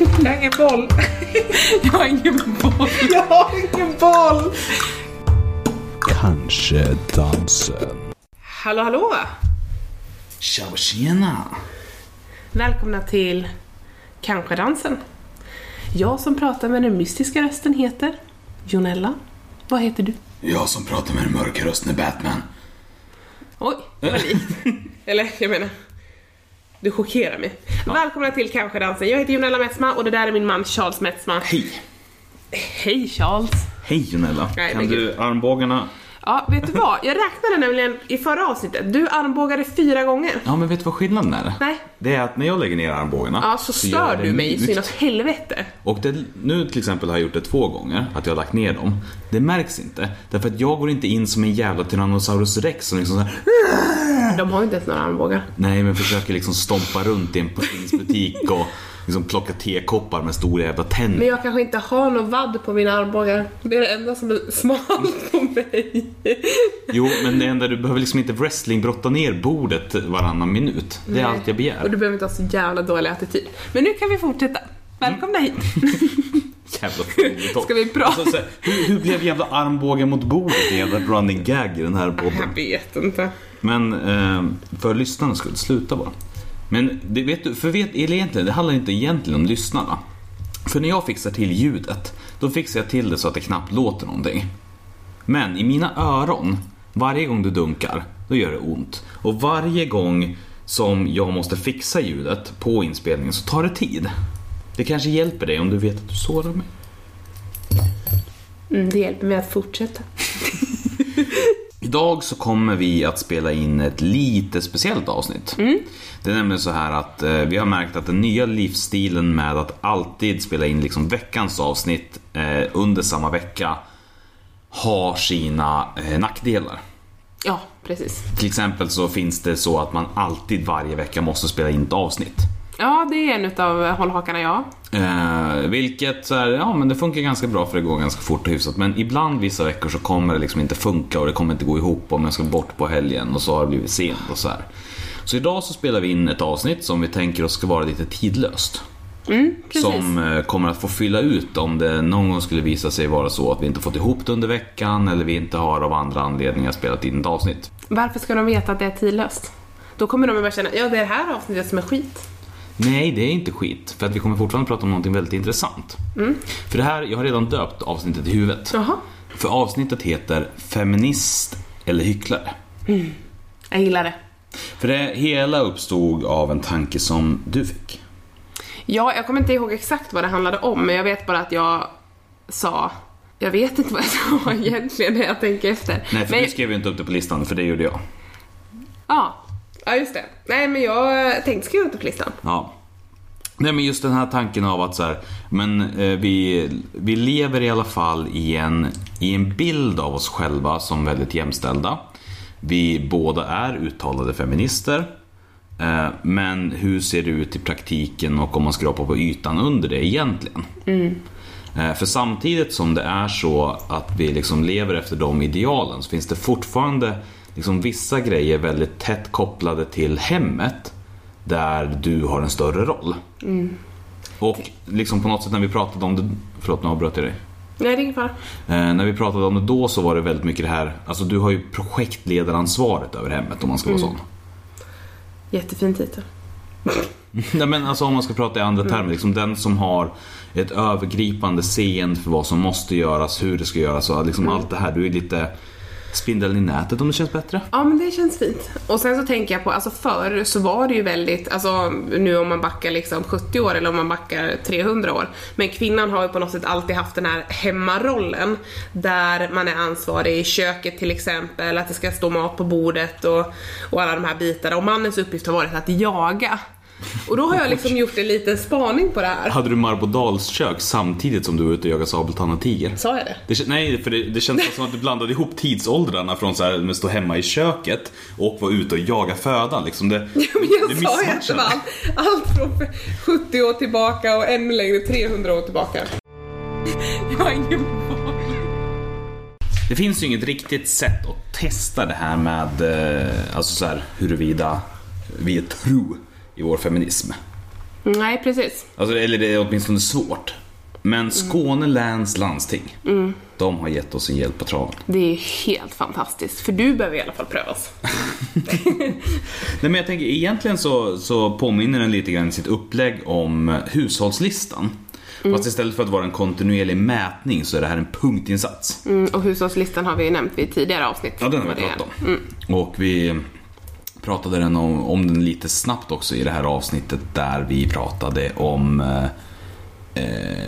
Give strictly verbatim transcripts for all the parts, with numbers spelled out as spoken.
Jag har ingen boll. Jag har ingen boll. Jag har ingen boll. Kanske dansen. Hallå, hallå. Tja, tjena. Välkomna till Kanske dansen. Jag som pratar med den mystiska rösten heter Jonella. Vad heter du? Jag som pratar med den mörka rösten är Batman. Oj, det var likt. Eller, jag menar, du chockerar mig. Ja. Välkomna till Kanske dansen. Jag heter Jonella Metsma och det där är min man Charles Metsma. Hej. Hej Charles. Hej Jonella. Nej, kan du armbågarna? Ja, vet du vad? Jag räknade nämligen i förra avsnittet. Du armbågade fyra gånger. Ja, men vet du vad skillnaden är? Nej. Det är att när jag lägger ner armbågarna, ja, så, så stör du mig så inåt helvete. Och det, nu till exempel har jag gjort det två gånger, att jag har lagt ner dem. Det märks inte, därför att jag går inte in som en jävla Tyrannosaurus Rex som liksom så här. De har ju inte ens några armbågar. Nej, men försöker liksom stompa runt i en porslinsbutik och liksom plocka tekoppar med stora jävla tänder. Men jag kanske inte har någon vadd på mina armbågar. Det är det enda som är smalt på mig. Jo, men det enda, du behöver liksom inte wrestlingbrotta ner bordet varannan minut. Det är Nej. allt jag begär. Och du behöver inte ha så jävla dålig attityd. Men nu kan vi fortsätta. Välkomna hit. Jävla Ska vi prata? Alltså, så här, hur, hur blev jävla armbågen mot bordet? Det är jävla running gag i den här podden. Jag vet inte. Men eh, för lyssnarna skulle sluta bara. Men det vet du, för vet, egentligen, det handlar inte egentligen om lyssnarna. För när jag fixar till ljudet, då fixar jag till det så att det knappt låter någonting. Men i mina öron, varje gång du dunkar, då gör det ont. Och varje gång som jag måste fixa ljudet på inspelningen så tar det tid. Det kanske hjälper dig om du vet att du sårar mig. Mm, det hjälper mig att fortsätta. Idag så kommer vi att spela in ett lite speciellt avsnitt. Mm. Det är nämligen så här att eh, vi har märkt att den nya livsstilen med att alltid spela in liksom veckans avsnitt eh, under samma vecka har sina eh, nackdelar. Ja, precis. Till exempel så finns det så att man alltid varje vecka måste spela in ett avsnitt. Ja, det är en av hållhakarna, ja. Eh, vilket så här, ja, men det funkar ganska bra för det går ganska fort och hyfsat. Men ibland vissa veckor så kommer det liksom inte funka och det kommer inte gå ihop om jag ska bort på helgen och så har det blivit sent och så här. Så idag så spelar vi in ett avsnitt som vi tänker oss ska vara lite tidlöst. Mm, som eh, kommer att få fylla ut om det någon gång skulle visa sig vara så att vi inte fått ihop det under veckan eller vi inte har av andra anledningar spelat in ett avsnitt. Varför ska de veta att det är tidlöst? Då kommer de bara känna, ja, det är det här avsnittet som är skit. Nej, det är inte skit. För att vi kommer fortfarande prata om någonting väldigt intressant. Mm. För det här, jag har redan döpt avsnittet i huvudet. Jaha. För avsnittet heter Feminist eller hycklare. Mm. Jag gillar det. För det hela uppstod av en tanke som du fick. Ja, jag kommer inte ihåg exakt vad det handlade om. Men jag vet bara att jag sa... Jag vet inte vad jag sa egentligen när jag tänker efter. Nej, för men... du skrev ju inte upp det på listan, för det gjorde jag. Ja, ja just det. Nej, men jag tänkte skriva upp det på listan. Ja. Nej, men just den här tanken av att så här, men eh, vi, vi lever i alla fall i en, i en bild av oss själva som väldigt jämställda. Vi båda är uttalade feminister. Eh, men hur ser det ut i praktiken och om man skrapar på ytan under det egentligen? Mm. Eh, för samtidigt som det är så att vi liksom lever efter de idealen så finns det fortfarande liksom vissa grejer väldigt tätt kopplade till hemmet där du har en större roll. Mm. Och liksom på något sätt när vi pratade om det... Förlåt, nu avbröt jag dig. Nej, det är inget fara. Eh, när vi pratade om det då så var det väldigt mycket det här... Alltså du har ju projektledaransvaret över hemmet om man ska vara mm. sån. Jättefin titel. Nej, men alltså om man ska prata i andra termer, mm. liksom den som har ett övergripande seende för vad som måste göras, hur det ska göras och liksom mm. allt det här. Du är lite... spindeln i nätet om det känns bättre. Ja, men det känns fint. Och sen så tänker jag på, alltså förr så var det ju väldigt, alltså nu om man backar liksom sjuttio år eller om man backar trehundra år. Men kvinnan har ju på något sätt alltid haft den här hemmarollen där man är ansvarig i köket till exempel, att det ska stå mat på bordet och, och alla de här bitarna. Och mannens uppgift har varit att jaga. Och då har jag liksom gjort en liten spaning på det här. Hade du Marbodals kök samtidigt som du var ute och jagade sabeltann och tiger? Sa jag det? det nej, för det, det känns som att du blandade ihop tidsåldrarna från så här med att stå hemma i köket och vara ute och jaga födan liksom det. Ja, men jag det sa ju allt, allt från sjuttio år tillbaka och ännu längre trehundra år tillbaka. Jag har ingen boll. Det finns ju inget riktigt sätt att testa det här med alltså så här huruvida vi är tro i vår feminism. Nej, precis. Alltså, eller det är åtminstone svårt. Men Skåne läns landsting, mm. de har gett oss en hjälp på traven. Det är helt fantastiskt, för du behöver i alla fall prövas. Nej, men jag tänker, egentligen så, så påminner den lite grann i sitt upplägg om hushållslistan. Mm. Fast istället för att vara en kontinuerlig mätning så är det här en punktinsats. Mm, och hushållslistan har vi nämnt vid tidigare avsnitt. Ja, den har vi pratat om. Mm. Och vi pratade den om, om den lite snabbt också i det här avsnittet där vi pratade om eh,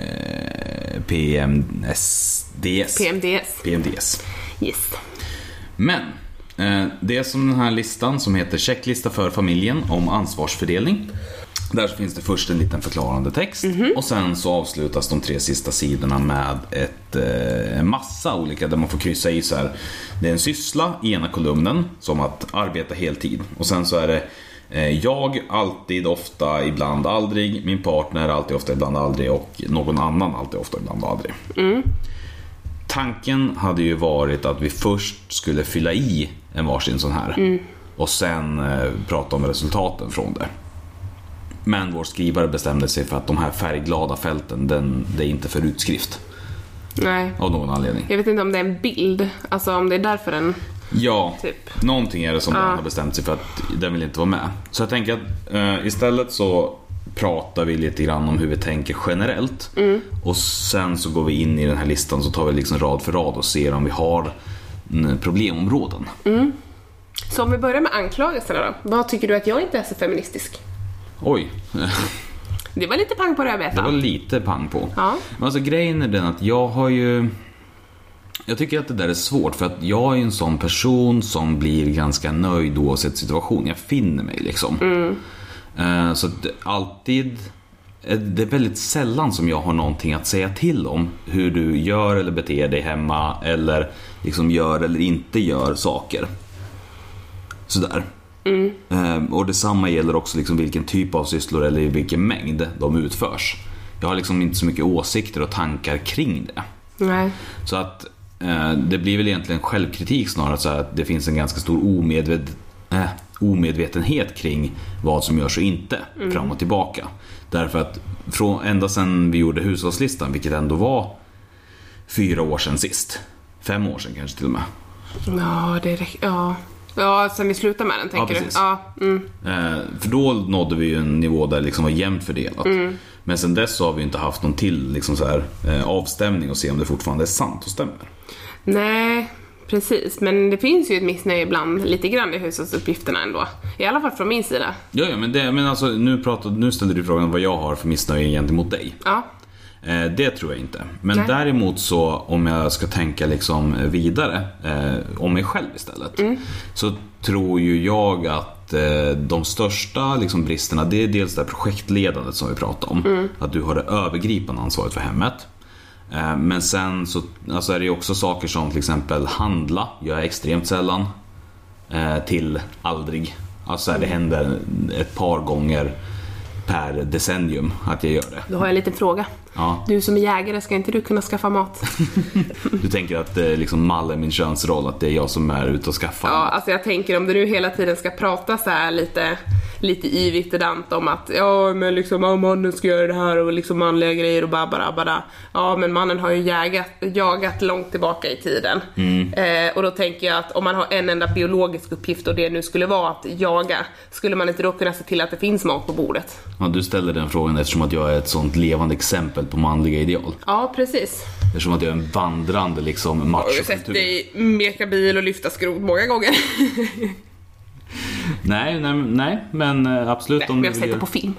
P M D S. P M D S. P M D S. Yes. Men eh, det är som den här listan som heter Checklista för familjen om ansvarsfördelning. Där så finns det först en liten förklarande text mm-hmm. och sen så avslutas de tre sista sidorna med ett, eh, en massa olika där man får kryssa i så här. Det är en syssla i ena kolumnen som att arbeta heltid och sen så är det eh, jag, alltid, ofta, ibland, aldrig, min partner, alltid, ofta, ibland, aldrig och någon annan, alltid, ofta, ibland, aldrig. Mm. Tanken hade ju varit att vi först skulle fylla i en varsin sån här mm. och sen eh, prata om resultaten från det. Men vår skrivare bestämde sig för att de här färgglada fälten, den, det är inte för utskrift. Nej. Av någon anledning. Jag vet inte om det är en bild, alltså om det är därför den... Ja, typ. Någonting är det som ja. Den har bestämt sig för att den vill inte vara med. Så jag tänker att eh, istället så pratar vi lite grann om hur vi tänker generellt. Mm. Och sen så går vi in i den här listan så tar vi liksom rad för rad och ser om vi har mm, problemområden. Mm. Så om vi börjar med anklagelserna då. Vad tycker du att jag inte är så feministisk? Oj. Det var lite pang på rödbetan. Det var lite pang på. Ja. Men alltså grejen är den att jag har ju... Jag tycker att det där är svårt för att jag är en sån person som blir ganska nöjd oavsett situation. Jag finner mig liksom. Mm. Så att alltid... Det är väldigt sällan som jag har någonting att säga till om hur du gör eller beter dig hemma eller liksom gör eller inte gör saker. Sådär. Mm. Ehm, och detsamma gäller också liksom vilken typ av sysslor eller i vilken mängd de utförs. Jag har liksom inte så mycket åsikter och tankar kring det. Nej. Så att eh, det blir väl egentligen självkritik snarare så att det finns en ganska stor omedved, eh, omedvetenhet kring vad som görs och inte mm. fram och tillbaka. Därför att från, ända sedan vi gjorde hushållslistan, vilket ändå var fyra år sedan sist, fem år sedan kanske till och med. Ja, det är ja. Ja, sen vi slutar med den, tänker ja, du? Ja, mm. eh, för då nådde vi ju en nivå där det liksom var jämnt fördelat. Mm. Men sen dess så har vi inte haft någon till liksom så här, eh, avstämning och se om det fortfarande är sant och stämmer. Nej, precis. Men det finns ju ett missnöje ibland lite grann i hushållsuppgifterna ändå. I alla fall från min sida. Ja, ja men, det, men alltså, nu, pratade, nu ställde du frågan vad jag har för missnöje gentemot dig. Ja. Eh, det tror jag inte. Men Nej. Däremot så om jag ska tänka liksom vidare eh, om mig själv istället mm. så tror ju jag att eh, de största liksom, bristerna det är dels det här projektledandet som vi pratade om. Mm. Att du har det övergripande ansvaret för hemmet. Eh, men sen så alltså är det ju också saker som till exempel handla. Jag är extremt sällan eh, till aldrig. Alltså mm. det händer ett par gånger per decennium att jag gör det. Då har jag en liten fråga. Ja. Du som är jägare, ska inte du kunna skaffa mat? Du tänker att det är liksom Mall är min könsroll, att det är jag som är ute och skaffar ja, mat. Alltså jag tänker om du nu hela tiden ska prata så här lite, lite yvigt och dant om att ja men liksom ja, mannen ska göra det här och liksom manliga grejer och babara. Ja men mannen har ju jagat, jagat långt tillbaka i tiden. Mm. Eh, och då tänker jag att om man har en enda biologisk uppgift och det nu skulle vara att jaga, skulle man inte då kunna se till att det finns mat på bordet? Ja, du ställer den frågan eftersom att jag är ett sånt levande exempel på manliga ideal. Ja, precis. Eftersom att jag är en vandrande liksom machokultur. Jag har sett dig meka bil och lyfta skrot många gånger. nej, nej, nej, men absolut. Nej, om men jag du har sett vill... det på film.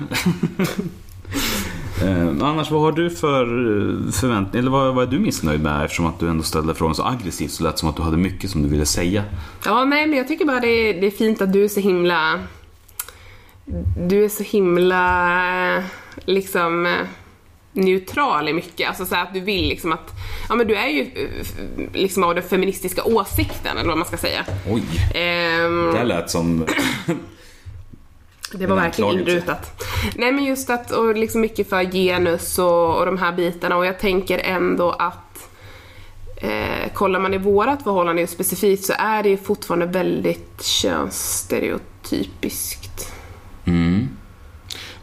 eh, annars, vad har du för förväntningar? Eller vad, vad är du missnöjd med? Eftersom att du ändå ställde frågan så aggressivt så lät som att du hade mycket som du ville säga. Ja, nej, men jag tycker bara det är, det är fint att du är så himla... Du är så himla... Liksom... neutral i mycket, alltså så att du vill liksom att ja men du är ju liksom av den feministiska åsikten eller vad man ska säga. Oj. Um, det lät som det var verkligen inrutat. Nej men just att och liksom mycket för genus och, och de här bitarna och jag tänker ändå att eh, kollar man i vårat förhållande specifikt så är det ju fortfarande väldigt könsstereotypiskt. Mm.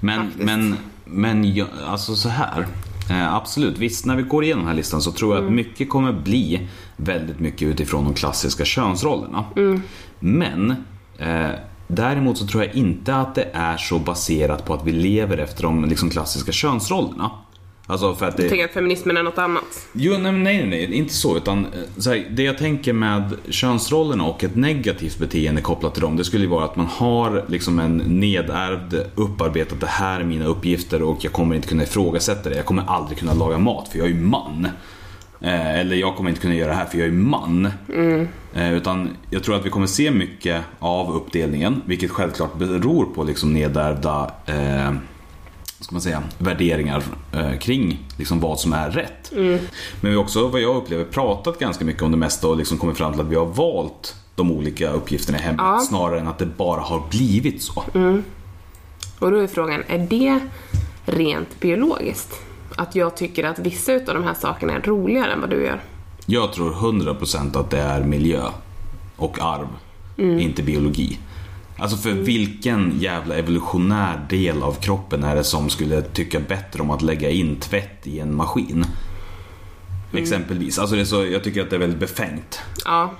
Men, men, men ja, alltså så här. Eh, absolut, visst när vi går igenom den här listan så tror jag mm. att mycket kommer bli väldigt mycket utifrån de klassiska könsrollerna. Mm. Men eh, däremot så tror jag inte att det är så baserat på att vi lever efter de liksom, klassiska könsrollerna. Alltså för att det... Jag tänker att feminismen är något annat. Jo, nej, nej, nej, inte så. Utan så här, det jag tänker med könsrollerna och ett negativt beteende kopplat till dem, det skulle ju vara att man har liksom en nedärvd, upparbetat, det här är mina uppgifter och jag kommer inte kunna ifrågasätta det. Jag kommer aldrig kunna laga mat för jag är ju man. Eh, eller jag kommer inte kunna göra det här för jag är man. Mm. Eh, utan jag tror att vi kommer se mycket av uppdelningen, vilket självklart beror på liksom nedärvda... Eh, ska man säga, värderingar eh, kring liksom vad som är rätt. Mm. Men vi har också, vad jag upplever, pratat ganska mycket om det mesta och liksom kommit fram till att vi har valt de olika uppgifterna i hemmet ja. snarare än att det bara har blivit så. Mm. Och då är frågan, är det rent biologiskt? Att jag tycker att vissa av de här sakerna är roligare än vad du gör? Jag tror hundra procent att det är miljö och arv, mm. inte biologi. Alltså för vilken jävla evolutionär del av kroppen är det som skulle tycka bättre om att lägga in tvätt i en maskin? Mm. Exempelvis. Alltså det är så, jag tycker att det är väldigt befängt. Ja.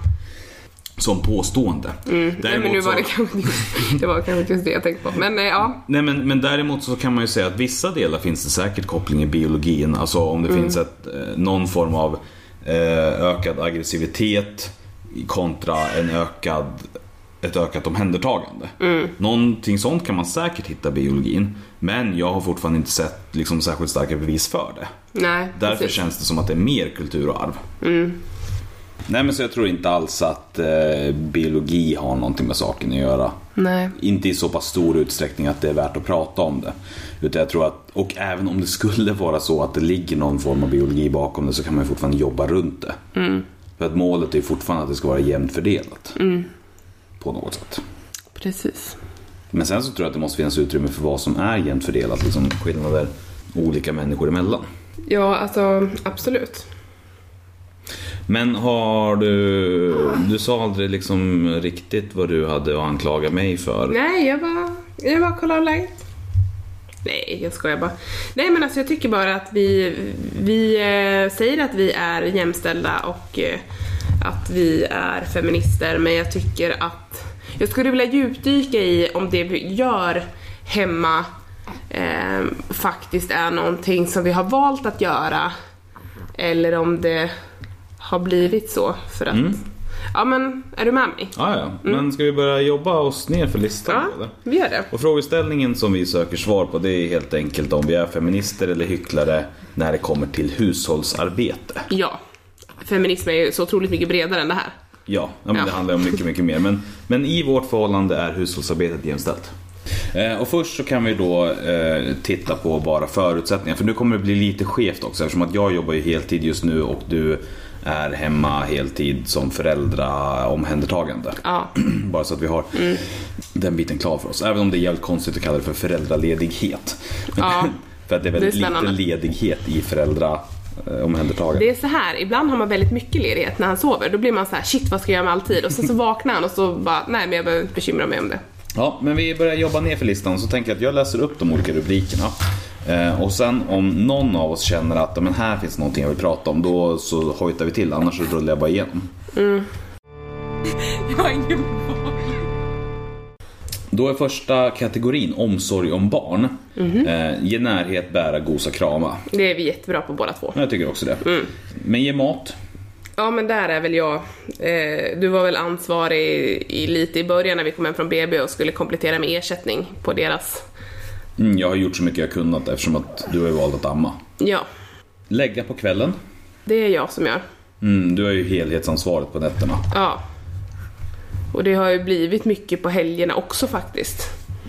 Som påstående. Mm. Nej, men nu var det, kanske, det var kanske just det jag tänkte på. Men ja. Nej, men, men däremot så kan man ju säga att vissa delar finns det säkert koppling i biologin. Alltså om det mm. finns ett, någon form av eh, ökad aggressivitet kontra en ökad... ett ökat omhändertagande. Mm. Någonting sånt kan man säkert hitta i biologin. Men jag har fortfarande inte sett liksom, särskilt starka bevis för det. Nej, därför precis. Känns det som att det är mer kultur och arv. Mm. Nej, men så jag tror inte alls att eh, biologi har någonting med saken att göra. Nej. Inte i så pass stor utsträckning att det är värt att prata om det. Utan jag tror att, och även om det skulle vara så att det ligger någon form av biologi bakom det, så kan man fortfarande jobba runt det. Mm. För att målet är fortfarande att det ska vara jämnt fördelat. Mm. På något sätt. Precis. Men sen så tror jag att det måste finnas utrymme för vad som är jämnt fördelat, liksom skillnader olika människor emellan. Ja, alltså absolut. Men har du du sa aldrig liksom riktigt vad du hade att anklaga mig för? Nej, jag bara jag bara kollar läget. Nej, jag skojar bara. Nej, men alltså jag tycker bara att vi vi eh, säger att vi är jämställda och eh, att vi är feminister, men jag tycker att jag skulle vilja djupdyka i om det vi gör hemma eh, faktiskt är någonting som vi har valt att göra eller om det har blivit så för att mm. ja, men är du med mig? Ja, ja. Mm. Men ska vi börja jobba oss ner för listan? Ja, eller? Vi gör det. Och frågeställningen som vi söker svar på, det är helt enkelt om vi är feminister eller hycklare när det kommer till hushållsarbete. Ja. Feminism är ju så otroligt mycket bredare än det här. Ja, ja men ja. Det handlar om mycket, mycket mer. Men, men i vårt förhållande är hushållsarbetet jämställt. Eh, och först så kan vi då eh, titta på bara förutsättningar. För nu kommer det bli lite skevt också, eftersom att jag jobbar ju heltid just nu och du är hemma heltid som föräldraomhändertagande. Ja. Bara så att vi har mm. den biten klar för oss. Även om det är jävligt konstigt att kalla det för föräldraledighet. Ja. För att det är väldigt det är lite ledighet i föräldra omhändertagande. Det är så här, ibland har man väldigt mycket ledighet när han sover. Då blir man så här, shit vad ska jag göra med all tid? Och sen så vaknar han och så bara, nej men jag behöver inte bekymra mig om det. Ja, men vi börjar jobba ner för listan. Så tänker jag att jag läser upp de olika rubrikerna. eh, Och sen om någon av oss känner att men här finns någonting jag vill prata om, då så hojtar vi till, annars så rullar jag bara igenom. Mm. Jag har ingen val. Då är första kategorin omsorg om barn. Mm-hmm. eh, Ge närhet, bära, gosa, krama. Det är vi jättebra på båda två. Jag tycker också det. Mm. Men ge mat. Ja, men där är väl jag eh, du var väl ansvarig i, i, lite i början när vi kom hem från B B och skulle komplettera med ersättning på deras. mm, Jag har gjort så mycket jag kunnat eftersom att du har ju valt att amma. Ja. Lägga på kvällen. Det är jag som gör. mm, Du har ju helhetsansvaret på nätterna. Ja. Och det har ju blivit mycket på helgerna också faktiskt.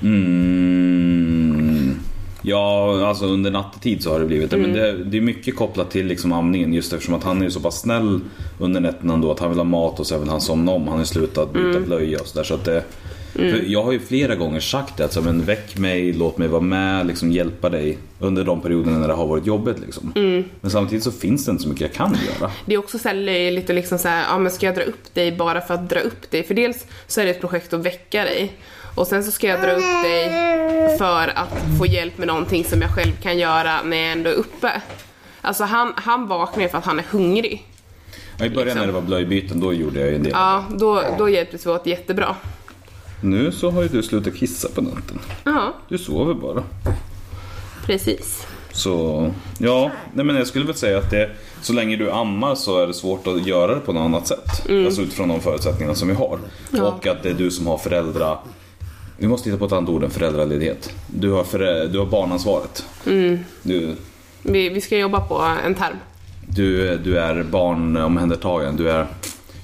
Mm. Ja, alltså under nattetid så har det blivit det. Mm. Men det, det är mycket kopplat till liksom amningen. Just eftersom att han är ju så pass snäll under nätterna då, att han vill ha mat och så vill han somna om. Han har slutat byta mm. blöja och så där. Så att det, mm. för jag har ju flera gånger sagt det, att men väck mig, låt mig vara med, liksom hjälpa dig under de perioderna när det har varit jobbigt liksom. Mm. Men samtidigt så finns det inte så mycket jag kan göra. Det är också så här löjligt och liksom så här, ja men ska jag dra upp dig bara för att dra upp dig? För dels så är det ett projekt att väcka dig. Och sen så ska jag dra upp dig för att få hjälp med någonting som jag själv kan göra när jag ändå är uppe. Alltså han, han vaknar för att han är hungrig. Ja, i början liksom. När det var blöjbyten, då gjorde jag ju en del. Ja, då, då hjälptes vi åt jättebra. Nu så har ju du slutat kissa på natten. Ja. Du sover bara. Precis. Så, ja, nej men jag skulle väl säga att det, så länge du ammar så är det svårt att göra det på något annat sätt. Mm. Alltså utifrån de förutsättningarna som vi har. Ja. Och att det är du som har föräldrar. Vi måste hitta på ett annat ord än föräldraledighet. Du har, förä, du har barnansvaret. Mm. Du, vi, vi ska jobba på en term. Du, du är barnomhändertagen. Du är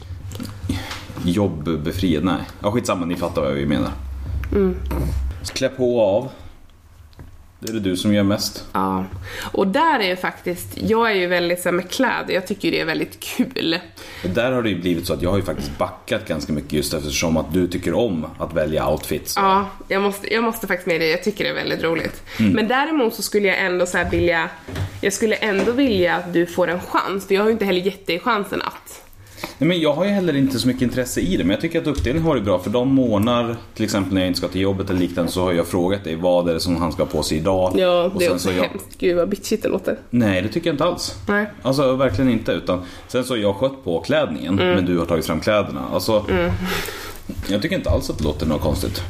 jobbbefriad. Nej, ja, skitsamma, ni fattar vad vi menar. Mm. Klä på av. Det är det du som gör mest. Ja, och där är ju faktiskt, jag är ju väldigt så här, med kläder, jag tycker det är väldigt kul. Och där har det ju blivit så att jag har ju faktiskt backat ganska mycket just eftersom att du tycker om att välja outfits. Ja, jag måste, jag måste faktiskt med det, jag tycker det är väldigt roligt. Mm. Men däremot så skulle jag ändå så här vilja, jag skulle ändå vilja att du får en chans, för jag har ju inte heller gett dig chansen att. Nej, men jag har ju heller inte så mycket intresse i det. Men jag tycker att uppdelningen har det bra. För de månader, till exempel när jag inte ska till jobbet eller liknande, så har jag frågat dig vad är det som han ska ha på sig idag. Ja, det är och också jag... hemskt. Gud vad bitchigt det låter. Nej, det tycker jag inte alls. Nej. Alltså verkligen inte. Utan sen så har jag skött på klädningen, mm. men du har tagit fram kläderna. Alltså, mm. jag tycker inte alls att det låter något konstigt.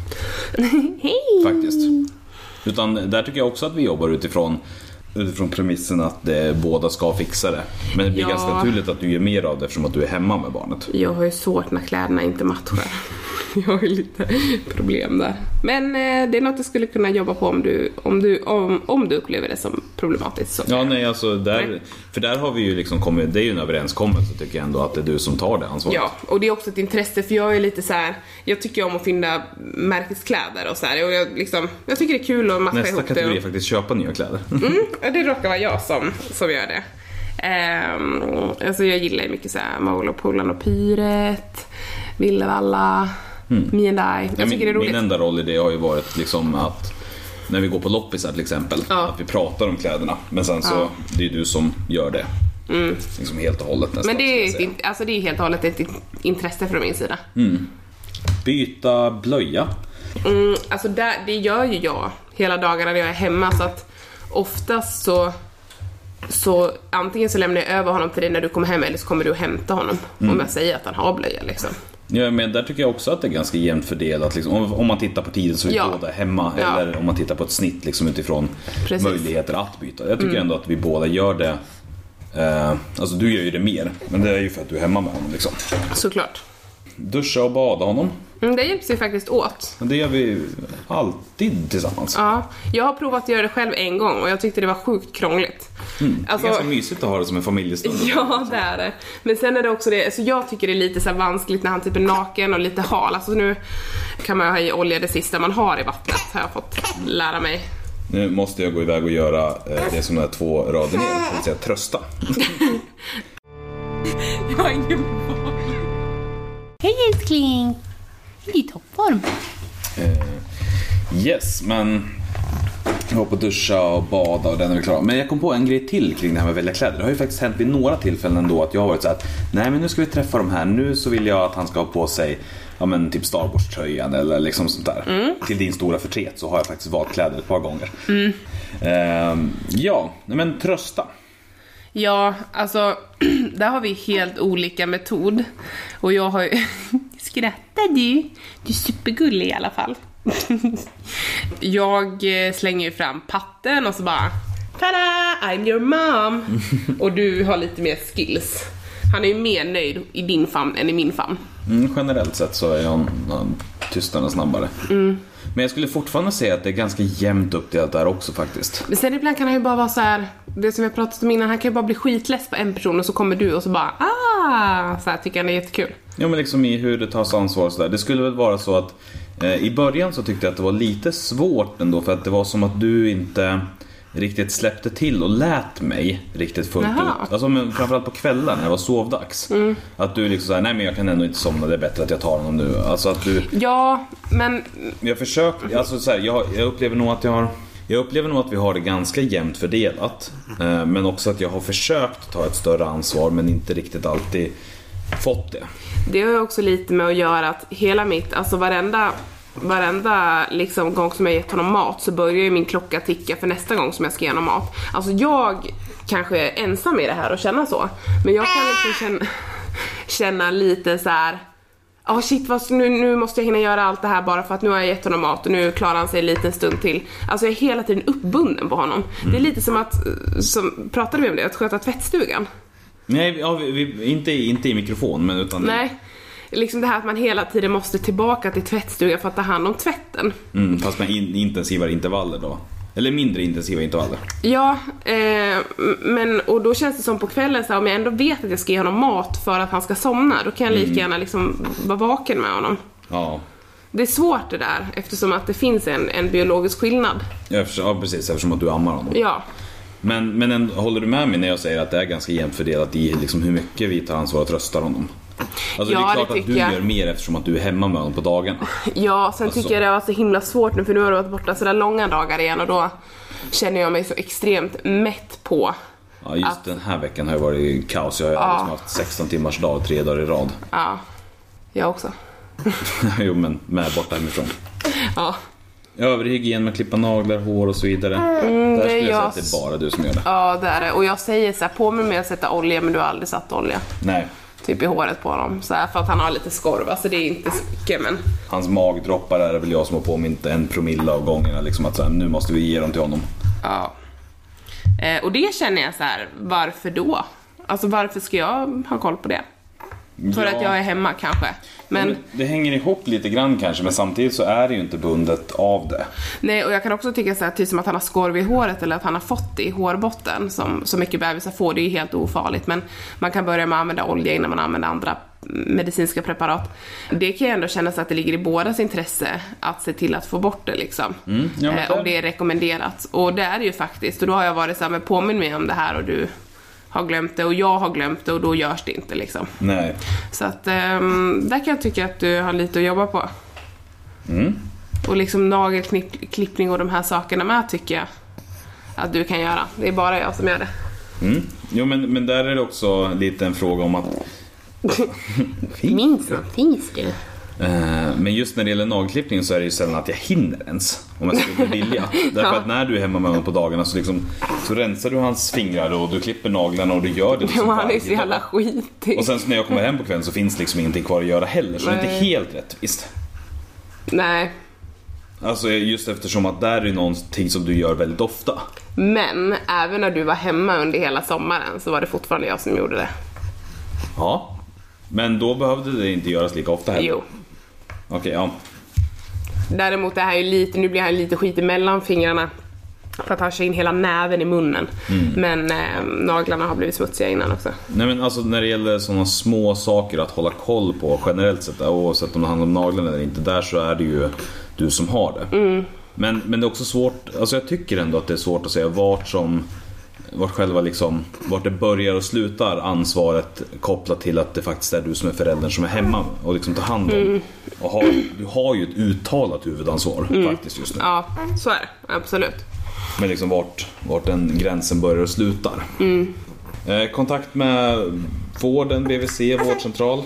Hej! Faktiskt. Utan där tycker jag också att vi jobbar utifrån utifrån premissen att det, båda ska fixa det. Men det blir ja. ganska naturligt att du gör mer av det eftersom att du är hemma med barnet. Jag har ju svårt när kläderna inte matchar. Jag har ju lite problem där. Men eh, det är något jag skulle kunna jobba på om du, om du, om, om du upplever det som problematiskt. Så. Ja, nej, alltså där, nej. För där har vi ju liksom kommit, det är ju en överenskommelse tycker jag ändå att det är du som tar det ansvaret. Ja, och det är också ett intresse för jag är lite så här, jag tycker om att finna märkeskläder och så här, och jag liksom, jag tycker det är kul att matcha ihop det. Nästa kategori är faktiskt köpa nya kläder. Mm, det råkar vara jag som, som gör det. Um, alltså jag gillar ju mycket så här Molo, Polan och Pyret, Villevalla. Mm. Me and I. Jag ja, tycker min, det är roligt. Min enda roll i det har ju varit liksom att när vi går på loppisar till exempel, ja. att vi pratar om kläderna. Men sen så ja. det är du som gör det. Mm. Liksom helt och hållet nästan. Men det är, ett, alltså det är helt och hållet ett intresse från min sida. Mm. Byta blöja. Mm, alltså där, det gör ju jag hela dagarna när jag är hemma. Så att oftast så Så antingen så lämnar jag över honom till dig när du kommer hem, eller så kommer du att hämta honom. Mm. Om jag säger att han har blöja liksom. Ja, men där tycker jag också att det är ganska jämnt fördelat liksom. om, om man tittar på tiden så är ja. båda hemma ja. Eller om man tittar på ett snitt liksom, utifrån Precis. möjligheter att byta. Jag tycker mm. ändå att vi båda gör det. eh, Alltså du gör ju det mer, men det är ju för att du är hemma med honom liksom. Såklart. Duscha och bada honom. Mm, det hjälps ju faktiskt åt. Det gör vi alltid tillsammans. Ja, jag har provat att göra det själv en gång och jag tyckte det var sjukt krångligt. Mm, alltså, det är ganska mysigt att ha det som en familjestund. Ja, det är det. Men sen är det också det, alltså jag tycker det är lite så här vanskligt när han typ är naken och lite hal. Alltså nu kan man ha i olja det sista man har i vattnet, har jag fått lära mig. Nu måste jag gå iväg och göra eh, det som är två rader ner, det vill säga trösta. Jag har ingen boll. Hej älskling! I toppform. Uh, yes, men jag var på att duscha och bada och den är vi klar. Men jag kom på en grej till kring det här med välja kläder. Det har ju faktiskt hänt vid några tillfällen då att jag har varit så att nej, men nu ska vi träffa de här. Nu så vill jag att han ska ha på sig ja, men typ Star Wars-tröjan eller liksom sånt där. Mm. Till din stora förtret så har jag faktiskt valt kläder ett par gånger. Mm. Uh, ja, men trösta. Ja, alltså där har vi helt olika metod. Och jag har ju skrattar du? Du är supergullig i alla fall. Jag slänger ju fram patten och så bara tada, I'm your mom. Och du har lite mer skills. Han är ju mer nöjd i din famn än i min famn. Mm, generellt sett så är jag tystare snabbare. Mm. Men jag skulle fortfarande säga att det är ganska jämnt upp det där också faktiskt. Men sen ibland kan han ju bara vara så här, det som jag pratat om innan, han kan ju bara bli skitless på en person och så kommer du och så bara ah, så här tycker han det är jättekul. Ja, men liksom i hur det tas ansvar och så där. Det skulle väl vara så att eh, i början så tyckte jag att det var lite svårt ändå, för att det var som att du inte riktigt släppte till och lät mig riktigt fullt Aha. ut. Alltså men framförallt på kvällen när det var sovdags. Mm. Att du liksom såhär, nej men jag kan ändå inte somna, det är bättre att jag tar honom nu. Alltså att du... Ja, men... Jag försöker, alltså så här, jag, jag upplever nog att jag har... Jag upplever nog att vi har det ganska jämnt fördelat. Eh, men också att jag har försökt ta ett större ansvar men inte riktigt alltid fått det. Det har ju också lite med att göra att hela mitt, alltså varenda varenda liksom, gång som jag gett honom mat så börjar ju min klocka ticka för nästa gång som jag ska ge honom mat. Alltså jag kanske är ensam i det här och känna så. Men jag kan liksom känna, känna lite så här. Ja oh shit, vad, nu, nu måste jag hinna göra allt det här bara för att nu har jag gett honom mat och nu klarar han sig en liten stund till. Alltså jag är hela tiden uppbunden på honom. Mm. Det är lite som att, som, pratade vi om det, att sköta tvättstugan? Nej, ja, vi, vi, inte, inte i mikrofon men utan... Nej, liksom det här att man hela tiden måste tillbaka till tvättstugan för att ta hand om tvätten. Mm, fast med in, intensivare intervaller då. Eller mindre intensiva intervaller. Ja, eh, men och då känns det som på kvällen så här, om jag ändå vet att jag ska ge honom mat för att han ska somna, då kan jag lika mm. gärna liksom vara vaken med honom. Ja. Det är svårt det där, eftersom att det finns en, en biologisk skillnad. Ja, för, ja, precis, eftersom att du ammar honom. Ja. Men, men en, håller du med mig när jag säger att det är ganska jämnt fördelat i liksom hur mycket vi tar ansvar att trösta honom? Alltså ja, det är klart det att du jag. gör mer eftersom att du är hemma med honom på dagarna. Ja, sen alltså. tycker jag det var så himla svårt nu, för nu har du varit borta sådär långa dagar igen och då känner jag mig så extremt mätt på. Ja, just att... den här veckan har jag varit kaos. Jag har ja. liksom haft sexton timmars dag tre dagar i rad. Ja, jag också. Jo, men med borta hemifrån. Ja. Överhygien med klippa naglar, hår och så vidare. Mm, där det skulle jag jag... säga att det är bara du som gör det. Ja, det är det. Och jag säger så här, på mig med att sätta olja, men du har aldrig satt olja. Nej. Typ i håret på honom, så här, för att han har lite skorv. Alltså det är inte så mycket, men... Hans magdroppar är väl jag som har påmint en promille av gångerna. Liksom att så här, nu måste vi ge dem till honom. Ja. Eh, och det känner jag så här, varför då? Alltså varför ska jag ha koll på det? För ja. att jag är hemma kanske. Men... men det hänger ihop lite grann kanske, men samtidigt så är det ju inte bundet av det. Nej, och jag kan också tycka så här, typ som att han har skorv i håret eller att han har fått det i hårbotten, som så mycket bebisar får, det är ju helt ofarligt. Men man kan börja med att använda olja innan man använder andra medicinska preparat. Det kan jag ändå känna så att det ligger i bådas intresse att se till att få bort det liksom. Mm, ja, eh, om det är rekommenderat. Och det är det ju faktiskt. Och då har jag varit så här, men påminn mig om det här och du har glömt det och jag har glömt det och då görs det inte liksom. Nej. Så att um, där kan jag tycka att du har lite att jobba på. Mm. Och liksom nagelklippning och de här sakerna med tycker jag att du kan göra. Det är bara jag som gör det. Mm. Jo, men, men där är det också lite en fråga om att minns finns det. Men just när det gäller nagelklippning så är det ju sällan att jag hinner ens, om jag skulle vilja. Därför ja. att när du är hemma med honom på dagarna så, liksom, så rensar du hans fingrar och du klipper naglarna och du gör det liksom. Han är så jävla skitig. Och sen så när jag kommer hem på kvällen så finns liksom ingenting kvar att göra heller. Så Nej. det är inte helt rättvist. Nej. Alltså just eftersom att där är någonting som du gör väldigt ofta. Men även när du var hemma under hela sommaren så var det fortfarande jag som gjorde det. Ja. Men då behövde det inte göras lika ofta heller. Jo. Okej, okay, ja. Däremot det här är lite, nu blir han lite skit mellan fingrarna för att han kör in hela näven i munnen. Mm. Men eh, naglarna har blivit smutsiga innan också. Nej, men alltså när det gäller sådana små saker att hålla koll på generellt sett, oavsett om det handlar om naglarna eller inte, där så är det ju du som har det. Mm. Men, men det är också svårt, alltså jag tycker ändå att det är svårt att säga vart som vart själva liksom, vart det börjar och slutar ansvaret kopplat till att det faktiskt är du som är föräldern som är hemma och liksom tar hand om. Mm. Och har, du har ju ett uttalat huvudansvar mm. faktiskt just nu. Ja, så är det, absolut. Men liksom vart, vart den gränsen börjar och slutar. Mm. Eh, kontakt med vården, B V C, vårdcentral.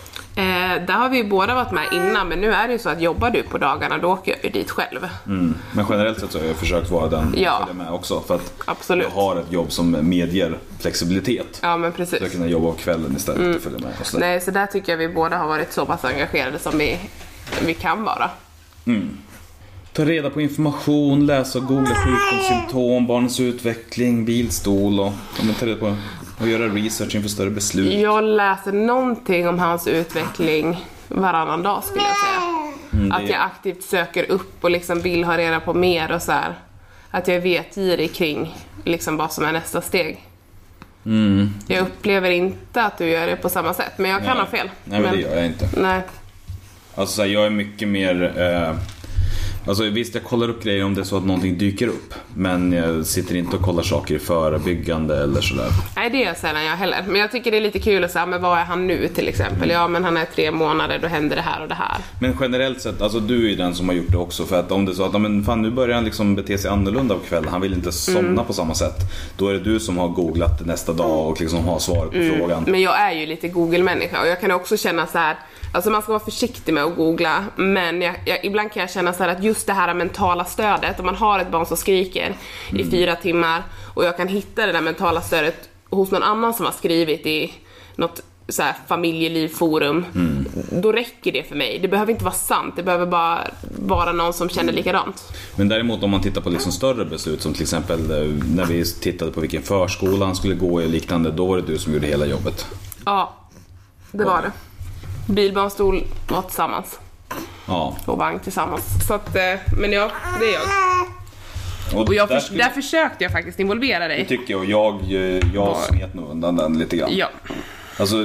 Eh, där har vi ju båda varit med innan, men nu är det ju så att jobbar du på dagarna då åker jag ju dit själv. Mm. Men generellt sett så har jag försökt vara den ja. följa med också, för att Absolut. jag har ett jobb som medger flexibilitet. Ja, men precis. Så jag kan jobba på kvällen istället mm. och följa med. Och så Nej, så där tycker jag vi båda har varit så pass engagerade som vi, vi kan vara. Mm. Ta reda på information, läsa och googla sjukdomssymptom, barnens utveckling, bilstol och ta reda på och göra research inför större beslut. Jag läser någonting om hans utveckling varannan dag skulle jag säga. Mm, att jag aktivt söker upp och liksom vill ha reda på mer och så här. Att jag vet girig kring liksom vad som är nästa steg. Mm. Jag upplever inte att du gör det på samma sätt, men jag kan Nej. ha fel. Nej, men, men det gör jag inte. Nej. Alltså jag är mycket mer eh, Alltså visst, jag kollar upp grejer om det är så att någonting dyker upp. Men jag sitter inte och kollar saker i förebyggande eller sådär. Nej, det är sällan jag heller. Men jag tycker det är lite kul att säga, men vad är han nu till exempel? Ja, men han är tre månader, då händer det här och det här. Men generellt sett, alltså du är ju den som har gjort det också. För att om det är så att, men fan, nu börjar han liksom bete sig annorlunda på kvällen. Han vill inte somna mm. på samma sätt. Då är det du som har googlat det nästa dag och liksom har svar på mm. frågan. Men jag är ju lite Google-människa och jag kan också känna så här. Alltså man ska vara försiktig med att googla. Men jag, jag, ibland kan jag känna så här att just det här mentala stödet, om man har ett barn som skriker mm. i fyra timmar och jag kan hitta det där mentala stödet hos någon annan som har skrivit i något så här familjelivforum, mm. då räcker det för mig. Det behöver inte vara sant, det behöver bara vara någon som känner likadant. Men däremot om man tittar på liksom större beslut, som till exempel när vi tittade på vilken förskola han skulle gå i och liknande, då var det du som gjorde hela jobbet. Ja, det var det. Bilbarnstol var tillsammans. Ja. Och vagn tillsammans. Så att, men ja, det är jag. Och, och jag där, för, där försökte jag faktiskt involvera dig. Det tycker jag, jag, jag, jag smet nog undan den lite grann. Ja. Alltså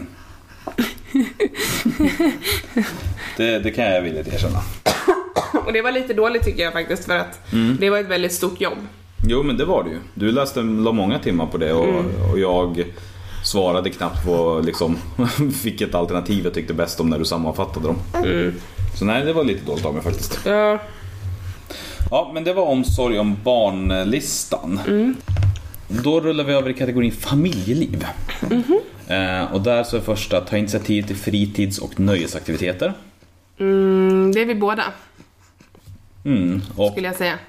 det, det kan jag vilja erkänna. Och det var lite dåligt tycker jag faktiskt, för att mm. det var ett väldigt stort jobb. Jo, men det var det ju. Du läste la många timmar på det och, mm. och jag svarade knappt på liksom vilket alternativ jag tyckte bäst om när du sammanfattade dem. Mm. Så nej, det var lite dåligt av mig faktiskt. Ja. Ja, men det var omsorg om barnlistan. Mm. Då rullar vi över i kategorin familjeliv. Mm-hmm. eh, och där så är första ta initiativ till fritids- och nöjesaktiviteter. Mm, det är vi båda. Mm, och skulle jag säga.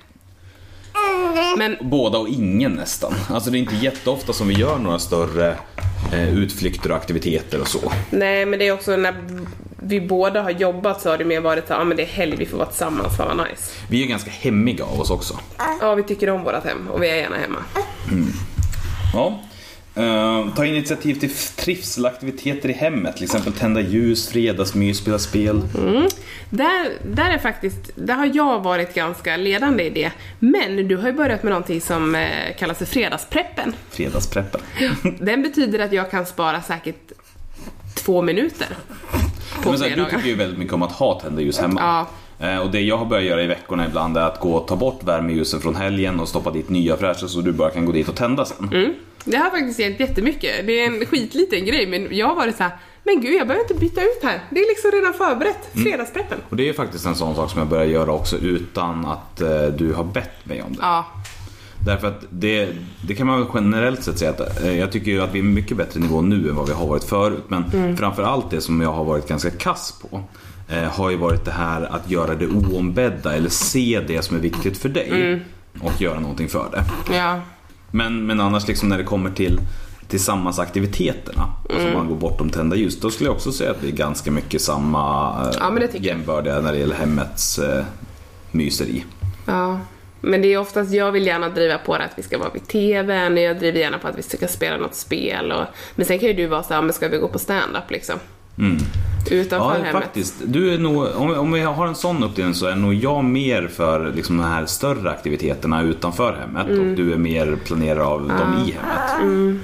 Men båda och ingen nästan. Alltså det är inte jätteofta som vi gör några större eh, utflykter och aktiviteter och så. Nej, men det är också när vi båda har jobbat så har det mer varit så ja, men det är helg, vi får vara tillsammans, fan vad nice. Vi är ganska hemmiga av oss också. Ja, vi tycker om vårat hem och vi är gärna hemma. Mm. Ja. Uh, ta initiativ till trivselaktiviteter i hemmet, till exempel tända ljus, fredagsmys, spela spel. Mm. Där, där är faktiskt, där har jag varit ganska ledande i det. Men du har ju börjat med någonting som eh, kallas för fredagspreppen. Fredagspreppen. Den betyder att jag kan spara säkert två minuter på Men så här, du tycker ju väldigt mycket om att ha tända ljus hemma. Ja. Eh, och det jag har börjat göra i veckorna ibland är att gå och ta bort värmeljusen från helgen och stoppa dit nya fräscha så du bara kan gå dit och tända sen. Mm. Det har faktiskt hjälpt jättemycket. Det är en skitliten grej, men jag har varit så här: men gud, jag behöver inte byta ut här. Det är liksom redan förberett, fredagspreppen. Mm. Och det är faktiskt en sån sak som jag börjar göra också utan att eh, du har bett mig om det. Ja. Därför att det, det kan man väl generellt sett säga att eh, jag tycker ju att vi är mycket bättre nivå nu än vad vi har varit förut. Men mm. framförallt det som jag har varit ganska kass på eh, har ju varit det här att göra det oombedda eller se det som är viktigt för dig mm. och göra någonting för det. Ja. Men, men annars liksom när det kommer till tillsammansaktiviteterna mm. som man går bortom tända ljus, då skulle jag också säga att vi är ganska mycket samma ja, jämbördiga när det gäller hemmets eh, myseri. Ja, men det är oftast jag vill gärna driva på det att vi ska vara vid tvn, jag driver gärna på att vi ska spela något spel och, men sen kan ju du vara så här, men ska vi gå på stand-up liksom? Mm. Utanför ja, hemmet. Faktiskt. Du är nog, om, om jag har en sån uppdelning så är nog jag mer för liksom de här större aktiviteterna utanför hemmet mm. och du är mer planerad av ja. dem i hemmet. Mm.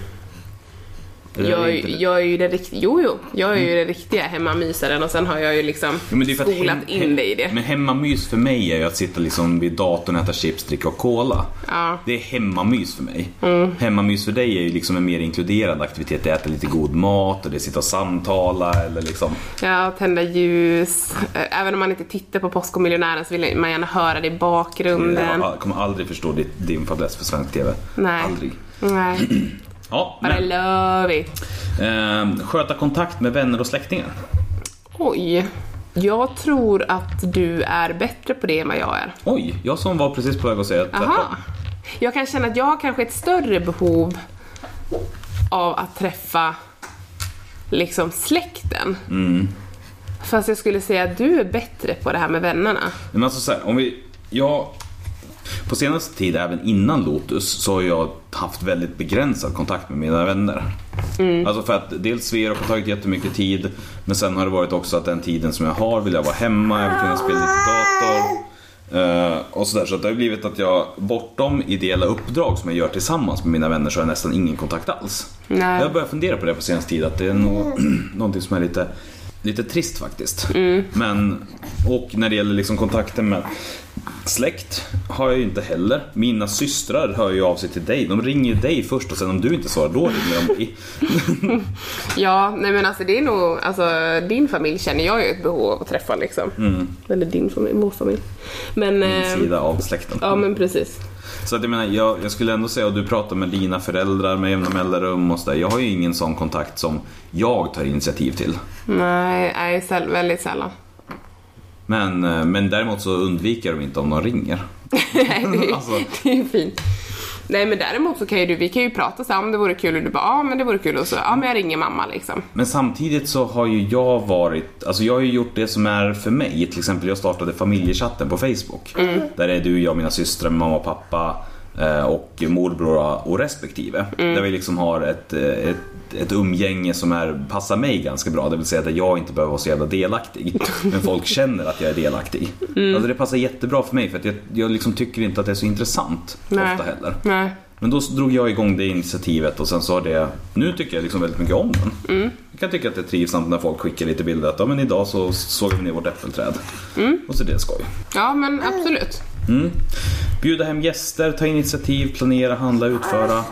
Jag, jag är ju det riktiga, jo jo, jag är ju mm. det riktiga hemmamysaren och sen har jag ju liksom ja, skolat hem, in det i det. Men hemmamys för mig är ju att sitta liksom vid datorn, äta chips, dricka och cola. Ja. Det är hemmamys för mig. Mm. Hemmamys för dig är ju liksom en mer inkluderad aktivitet. Det äta lite god mat och det sitta och samtala eller liksom. Ja, tända ljus. Även om man inte tittar på Postkodmiljonären så vill man gärna höra det i bakgrunden. Jag kommer aldrig förstå ditt, din fäbless för svensk tv. Nej. Aldrig. Nej. Ja, but I love it. Eh, sköta kontakt med vänner och släktingar. Oj, jag tror att du är bättre på det än vad jag är. Oj, jag som var precis på väg att säga tvärtom. Aha. Jag kan känna att jag har kanske ett större behov av att träffa liksom släkten. Mm. Fast jag skulle säga att du är bättre på det här med vännerna. Men alltså så här, om vi... Jag... På senaste tid, även innan Lotus, så har jag haft väldigt begränsad kontakt med mina vänner. Mm. Alltså för att dels Sverige har tagit jättemycket tid, men sen har det varit också att den tiden som jag har vill jag vara hemma, jag vill kunna spela lite dator uh, och sådär. Så att det har blivit att jag bortom ideella uppdrag som jag gör tillsammans med mina vänner så har jag nästan ingen kontakt alls. Nej. Jag har börjat fundera på det på senaste tid, att det är nog någonting som är lite... Lite trist faktiskt. Mm. Men, och när det gäller liksom kontakten med, Släkt har jag ju inte heller. Mina systrar hör ju av sig till dig. De ringer dig först och sen om du inte svarar, då ringer de dig. Ja, nej men alltså det är nog, alltså din familj känner jag ju ett behov av att träffa liksom. Mm. Eller din familj, vår familj. Men, Min eh, sida av släkten. Ja, men precis. Så att jag menar, jag, jag skulle ändå säga att du pratar med dina föräldrar med jämna mellanrum och så där. Jag har ju ingen sån kontakt som jag tar initiativ till. Nej, nej säll, väldigt sällan. Men, men däremot så undviker de inte om de ringer. Nej, det är, Alltså. det är ju fint. Nej, men däremot så kan ju du, vi kan ju prata så här, om det vore kul och du bara, ja men det vore kul och så, ja men jag ringer mamma liksom. Men samtidigt så har ju jag varit, alltså jag har ju gjort det som är för mig. Till exempel jag startade familjechatten på Facebook. Mm. Där är du, jag, mina systrar, mamma och pappa och morbror och respektive. Mm. Där vi liksom har ett, ett ett umgänge som är, passar mig ganska bra. Det vill säga att jag inte behöver vara så jävla delaktig, men folk känner att jag är delaktig. Mm. Alltså det passar jättebra för mig, för att jag, jag liksom tycker inte att det är så intressant. Nej. Ofta heller. Nej. Men då drog jag igång det initiativet och sen sa det, nu tycker jag liksom väldigt mycket om den. Mm. Jag kan tycka att det är trivsamt när folk skickar lite bilder att ja, men idag så såg vi ner vårt äppelträd. Mm. Och så det är skoj. Ja, men absolut. Mm. Bjuda hem gäster, ta initiativ, planera, handla, utföra.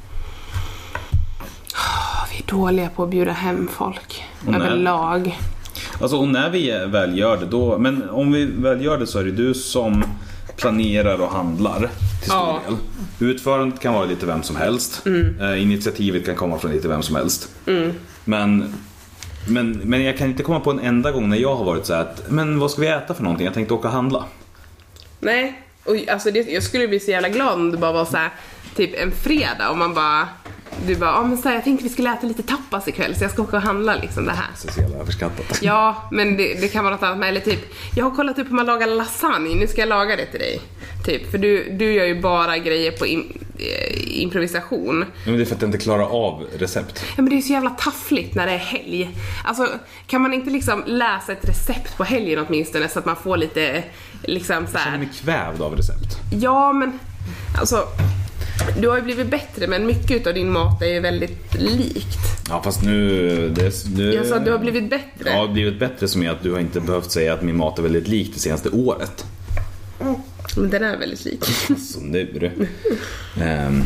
Vi är dåliga på att bjuda hem folk överlag. Alltså, och när vi väl gör det då, men om vi väl gör det så är det du som planerar och handlar till stor ja. del. Utförandet kan vara lite vem som helst. Mm. eh, Initiativet kan komma från lite vem som helst. Mm. Men, men, men jag kan inte komma på en enda gång när jag har varit så här att, men vad ska vi äta för någonting? Jag tänkte åka och handla. Nej, och alltså det, jag skulle bli så jävla glad om det bara var så här, typ en fredag och man bara, du bara, ah, men så här, jag tänkte vi skulle äta lite tapas ikväll så jag ska åka och handla liksom det här. Så så jävla överskattat. Ja, men det, det kan vara något annat med, eller typ, jag har kollat upp hur man lagar lasagne, nu ska jag laga det till dig. Typ, för du, du gör ju bara grejer på in, eh, improvisation. Men det är för att jag inte klarar av recept. Ja, men det är så jävla taffligt när det är helg. Alltså, kan man inte liksom läsa ett recept på helgen åtminstone så att man får lite liksom så här. Jag känner mig kvävd av recept. Ja, men alltså, du har ju blivit bättre, men mycket av din mat är ju väldigt likt. Ja, fast nu... Det, nu jag sa att du har blivit bättre. Ja, blivit bättre som är att du har inte behövt säga att min mat är väldigt lik det senaste året. Mm. Men den är väldigt lik. Så nu du. um.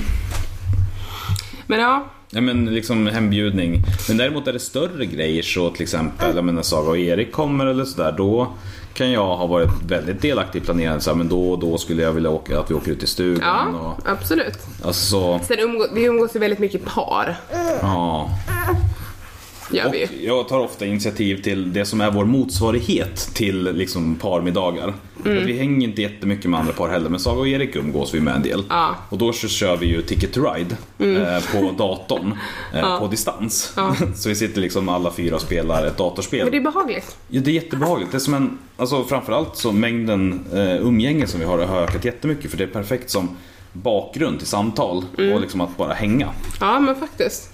Men ja. Ja, men liksom hembjudning. Men däremot är det större grejer, så till exempel jag menar, Saga och Erik kommer eller sådär, då kan jag ha varit väldigt delaktig i planeringen så här, men då då skulle jag vilja åka, att vi åker ut i stugan. Ja, och, absolut. Alltså, sen umgås, vi umgås ju väldigt mycket par. Ja. Gör vi. Och jag tar ofta initiativ till det som är vår motsvarighet till liksom parmiddagar. Mm. Vi hänger inte jättemycket med andra par heller, men Saga och Erik umgås vi med en del. Ja. Och då så kör vi ju Ticket to Ride mm. eh, på datorn eh, ja. på distans. Ja. Så vi sitter liksom alla fyra och spelar ett datorspel. Men det är behagligt. Ja, det är jättebehagligt. Det är som en, alltså framförallt så mängden eh, umgänge som vi har har ökat jättemycket, för det är perfekt som bakgrund till samtal mm. och liksom att bara hänga. Ja, men faktiskt.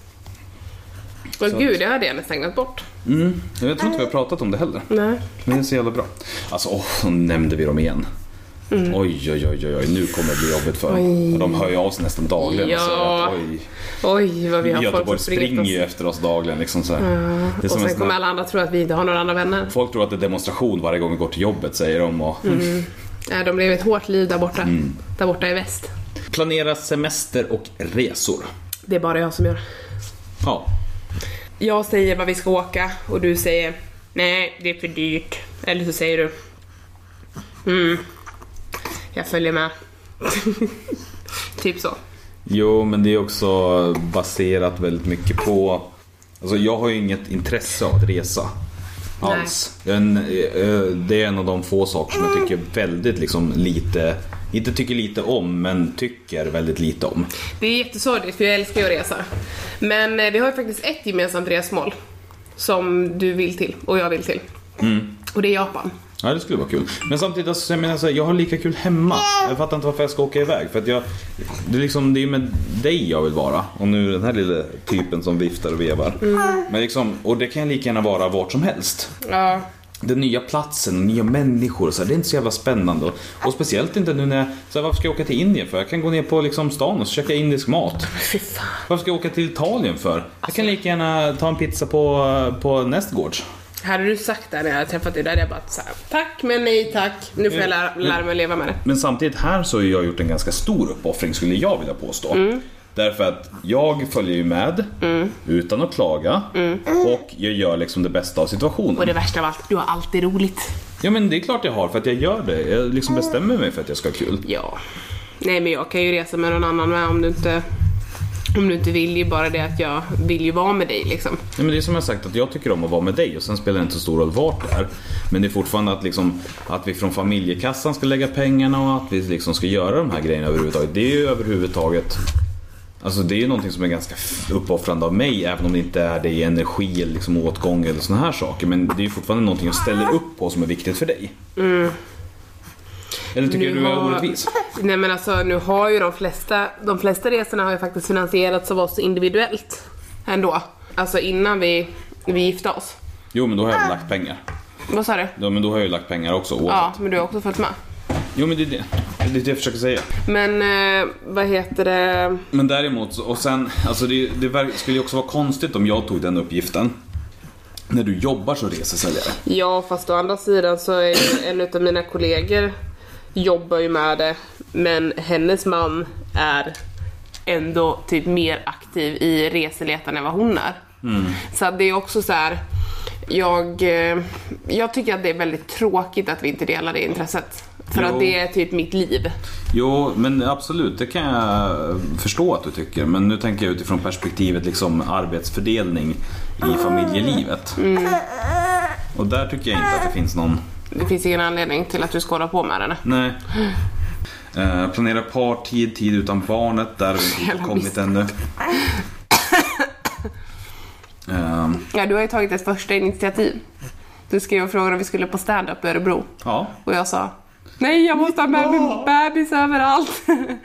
Åh gud, det hade jag nästan glömt bort. Mm. Jag tror inte vi har pratat om det heller. Nej. Men det är så jävla bra. Alltså, åh, så nämnde vi dem igen. Mm. Oj, oj, oj, oj, nu kommer det bli jobbigt för dem. De hör ju av sig nästan dagligen. Ja. Och säger att, oj, oj, vad vi har Göteborg folk som springer ju efter oss dagligen. Liksom så här. Ja. Det är och sen kommer alla andra tro att vi inte har några andra vänner. Folk tror att det är demonstration varje gång vi går till jobbet, säger de. Och... Mm. Ja, de lever ett hårt liv där borta. Mm. Där borta i väst. Planera semester och resor. Det är bara jag som gör. Ja. Jag säger vad vi ska åka och du säger nej, det är för dyrt. Eller så säger du mm, jag följer med. Typ så. Jo, men det är också baserat väldigt mycket på, alltså jag har ju inget intresse av att resa alls. En, det är en av de få saker som jag tycker väldigt liksom lite, inte tycker lite om, men tycker väldigt lite om. Det är jättesorgligt, för jag älskar ju att resa. Men vi har ju faktiskt ett gemensamt resmål som du vill till och jag vill till. Mm. Och det är Japan. Ja, det skulle vara kul. Men samtidigt, alltså, jag menar så här, jag har lika kul hemma. Jag fattar inte varför jag ska åka iväg. För att jag, det är liksom, det är med dig jag vill vara. Och nu den här lilla typen som viftar och vevar. Mm. Men liksom, och det kan jag lika gärna vara vart som helst. Ja. Den nya platsen, nya människor, så här, det är inte så jävla spännande. Och speciellt inte nu när jag, så här, varför ska jag åka till Indien för? Jag kan gå ner på liksom stan och käka indisk mat. Varför ska jag åka till Italien för? Jag kan lika gärna ta en pizza på, på Nästgårds. Hade du sagt det när jag hade träffat dig där, jag bara så här, tack men nej tack, nu får jag lära, lära mig att leva med det. Men samtidigt här så har jag gjort en ganska stor uppoffring, skulle jag vilja påstå. Mm. Därför att jag följer ju med mm. utan att klaga mm. och jag gör liksom det bästa av situationen. Och det värsta av allt, du har alltid roligt. Ja men det är klart jag har, för att jag gör det. Jag liksom bestämmer mig för att jag ska ha kul. Ja. Nej men jag kan ju resa med någon annan med om du inte... Om du inte vill, ju bara det att jag vill ju vara med dig liksom. Ja, men det är som jag sagt, att jag tycker om att vara med dig. Och sen spelar det inte så stor roll vart det är. Men det är fortfarande att, liksom, att vi från familjekassan ska lägga pengarna. Och att vi liksom ska göra de här grejerna överhuvudtaget. Det är ju överhuvudtaget, alltså det är ju någonting som är ganska uppoffrande av mig. Även om det inte är det i energi eller liksom åtgång eller såna här saker. Men det är ju fortfarande någonting jag ställer upp på som är viktigt för dig. Mm. Eller tycker nu du är har... orättvis? Nej men alltså nu har ju de flesta De flesta resorna har ju faktiskt finansierats av oss individuellt ändå. Alltså innan vi, vi gifte oss. Jo men då har jag lagt pengar. Vad sa du? Ja men då har jag ju lagt pengar också oavsett. Ja men du har också följt med. Jo men det är det, det, är det jag försöker säga. Men eh, vad heter det? Men däremot, och sen alltså det, det skulle ju också vara konstigt om jag tog den uppgiften när du jobbar som resesäljare. Ja fast å andra sidan så är en av mina kollegor jobbar ju med det, men hennes man är ändå typ mer aktiv i reseletan än vad hon är. Mm. Så det är också så här, jag, jag tycker att det är väldigt tråkigt att vi inte delar det intresset. För jo. Att det är typ mitt liv. Jo, men absolut, det kan jag förstå att du tycker. Men nu tänker jag utifrån perspektivet liksom arbetsfördelning i familjelivet. Mm. Och där tycker jag inte att det finns någon... Det finns ingen anledning till att du ska hålla på med det. Nej. Eh, planera partid, tid utan barnet. Där har vi inte kommit ännu. eh. Ja, du har ju tagit ett första initiativ. Du skrev och frågade om vi skulle på stand-up i Örebro. Ja. Och jag sa, nej jag måste ha med min bebis överallt.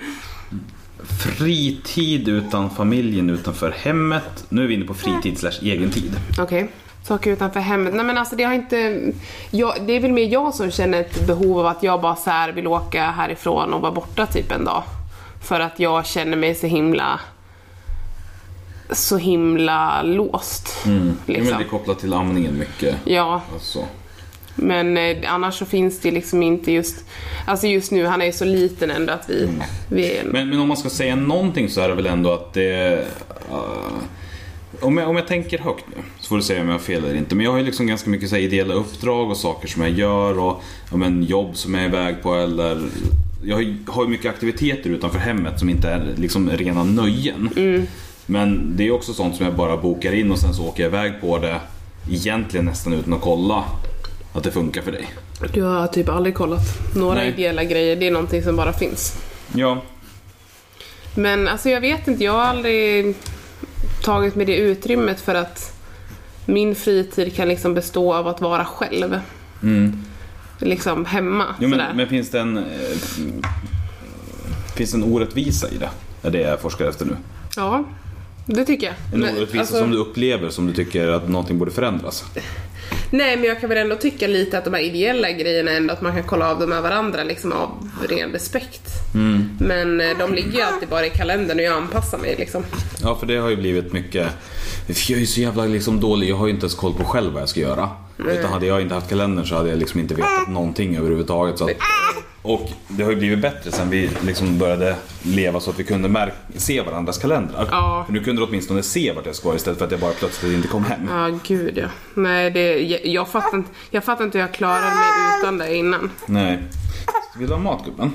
Fritid utan familjen, utanför hemmet. Nu är vi inne på fritid slash egen tid. Okej. Okay. Saker utanför hemmet. Nej men alltså det har inte jag, det är väl mer jag som känner ett behov av att jag bara så här vill åka härifrån och vara borta typ en dag. För att jag känner mig så himla så himla låst. Mm. Liksom. Ja, men det är kopplat till amningen mycket. Ja. Alltså. Men eh, annars så finns det liksom inte just... Alltså just nu, han är ju så liten ändå att vi... Mm. vi är... men, men om man ska säga någonting så är det väl ändå att det... Uh, om, jag, om jag tänker högt nu så får du säga om jag har fel eller inte. Men jag har ju liksom ganska mycket så här, ideella uppdrag och saker som jag gör. Och ja, men, jobb som jag är iväg på eller... Jag har ju, har ju mycket aktiviteter utanför hemmet som inte är liksom rena nöjen. Mm. Men det är också sånt som jag bara bokar in och sen så åker jag iväg på det egentligen nästan utan att kolla att det funkar för dig. Du har typ aldrig kollat några Nej. ideella grejer. Det är någonting som bara finns. Ja. Men alltså jag vet inte, jag har aldrig tagit med det utrymmet för att min fritid kan liksom bestå av att vara själv. Mm. Liksom hemma. Jo, men, men finns det en eh, finns det en orättvisa i det? Är det jag forskar efter nu? Ja, det tycker jag. En orättvisa alltså, som du upplever, som du tycker att någonting borde förändras? Nej, men jag kan väl ändå tycka lite att de här ideella grejerna ändå att man kan kolla av dem med varandra liksom av ren respekt. Mm. Men de ligger ju alltid bara i kalendern och jag anpassar mig liksom. Ja, för det har ju blivit mycket... Jag är ju så jävla liksom dålig, jag har ju inte ens koll på själv vad jag ska göra. Mm. Utan hade jag inte haft kalendern så hade jag liksom inte vetat någonting överhuvudtaget. Så att... Och det har ju blivit bättre sen vi liksom började leva så att vi kunde märka, se varandras kalendrar. Ja. För nu kunde du åtminstone se vart jag ska istället för att jag bara plötsligt inte kom hem. Ja, gud ja. Nej, det, jag, jag, fattar inte, jag fattar inte hur jag klarade mig utan det innan. Nej. Vill du ha mat, gubben?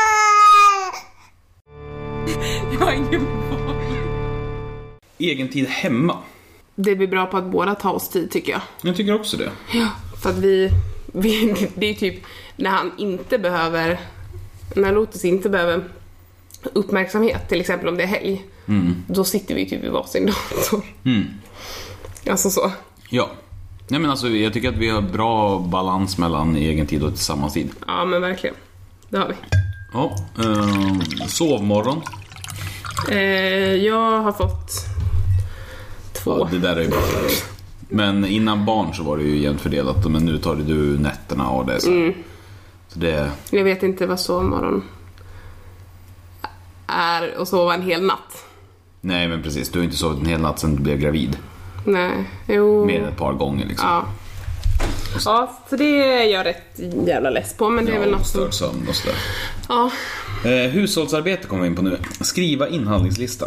Jag har ingen mat. Egen tid hemma. Det blir bra på att båda ta oss tid, tycker jag. Jag tycker också det. Ja, för att vi... vi det är typ... När han inte behöver, när Lotus inte behöver uppmärksamhet, till exempel om det är helg, mm. då sitter vi typ i varsin dator. Mm. Alltså så. Ja. Nej, men alltså, jag tycker att vi har bra balans mellan egen tid och tillsammans tid. Ja, men verkligen. Det har vi. Ja. Eh, sovmorgon. Eh, jag har fått två. Ja, det där är ju bra. Men innan barn så var det ju jämnt fördelat, men nu tar du nätterna och det så. Mm. Så det... Jag vet inte vad sovmorgon är och sova en hel natt. Nej, men precis. Du har inte sovit en hel natt sedan du blev gravid. Nej, jo. Mer än ett par gånger liksom. Ja. Ja, så det är jag rätt jävla less på, men det är ja, väl något som... sömn och sådär. Ja. Eh, hushållsarbete kommer vi in på nu. Skriva inhandlingslista.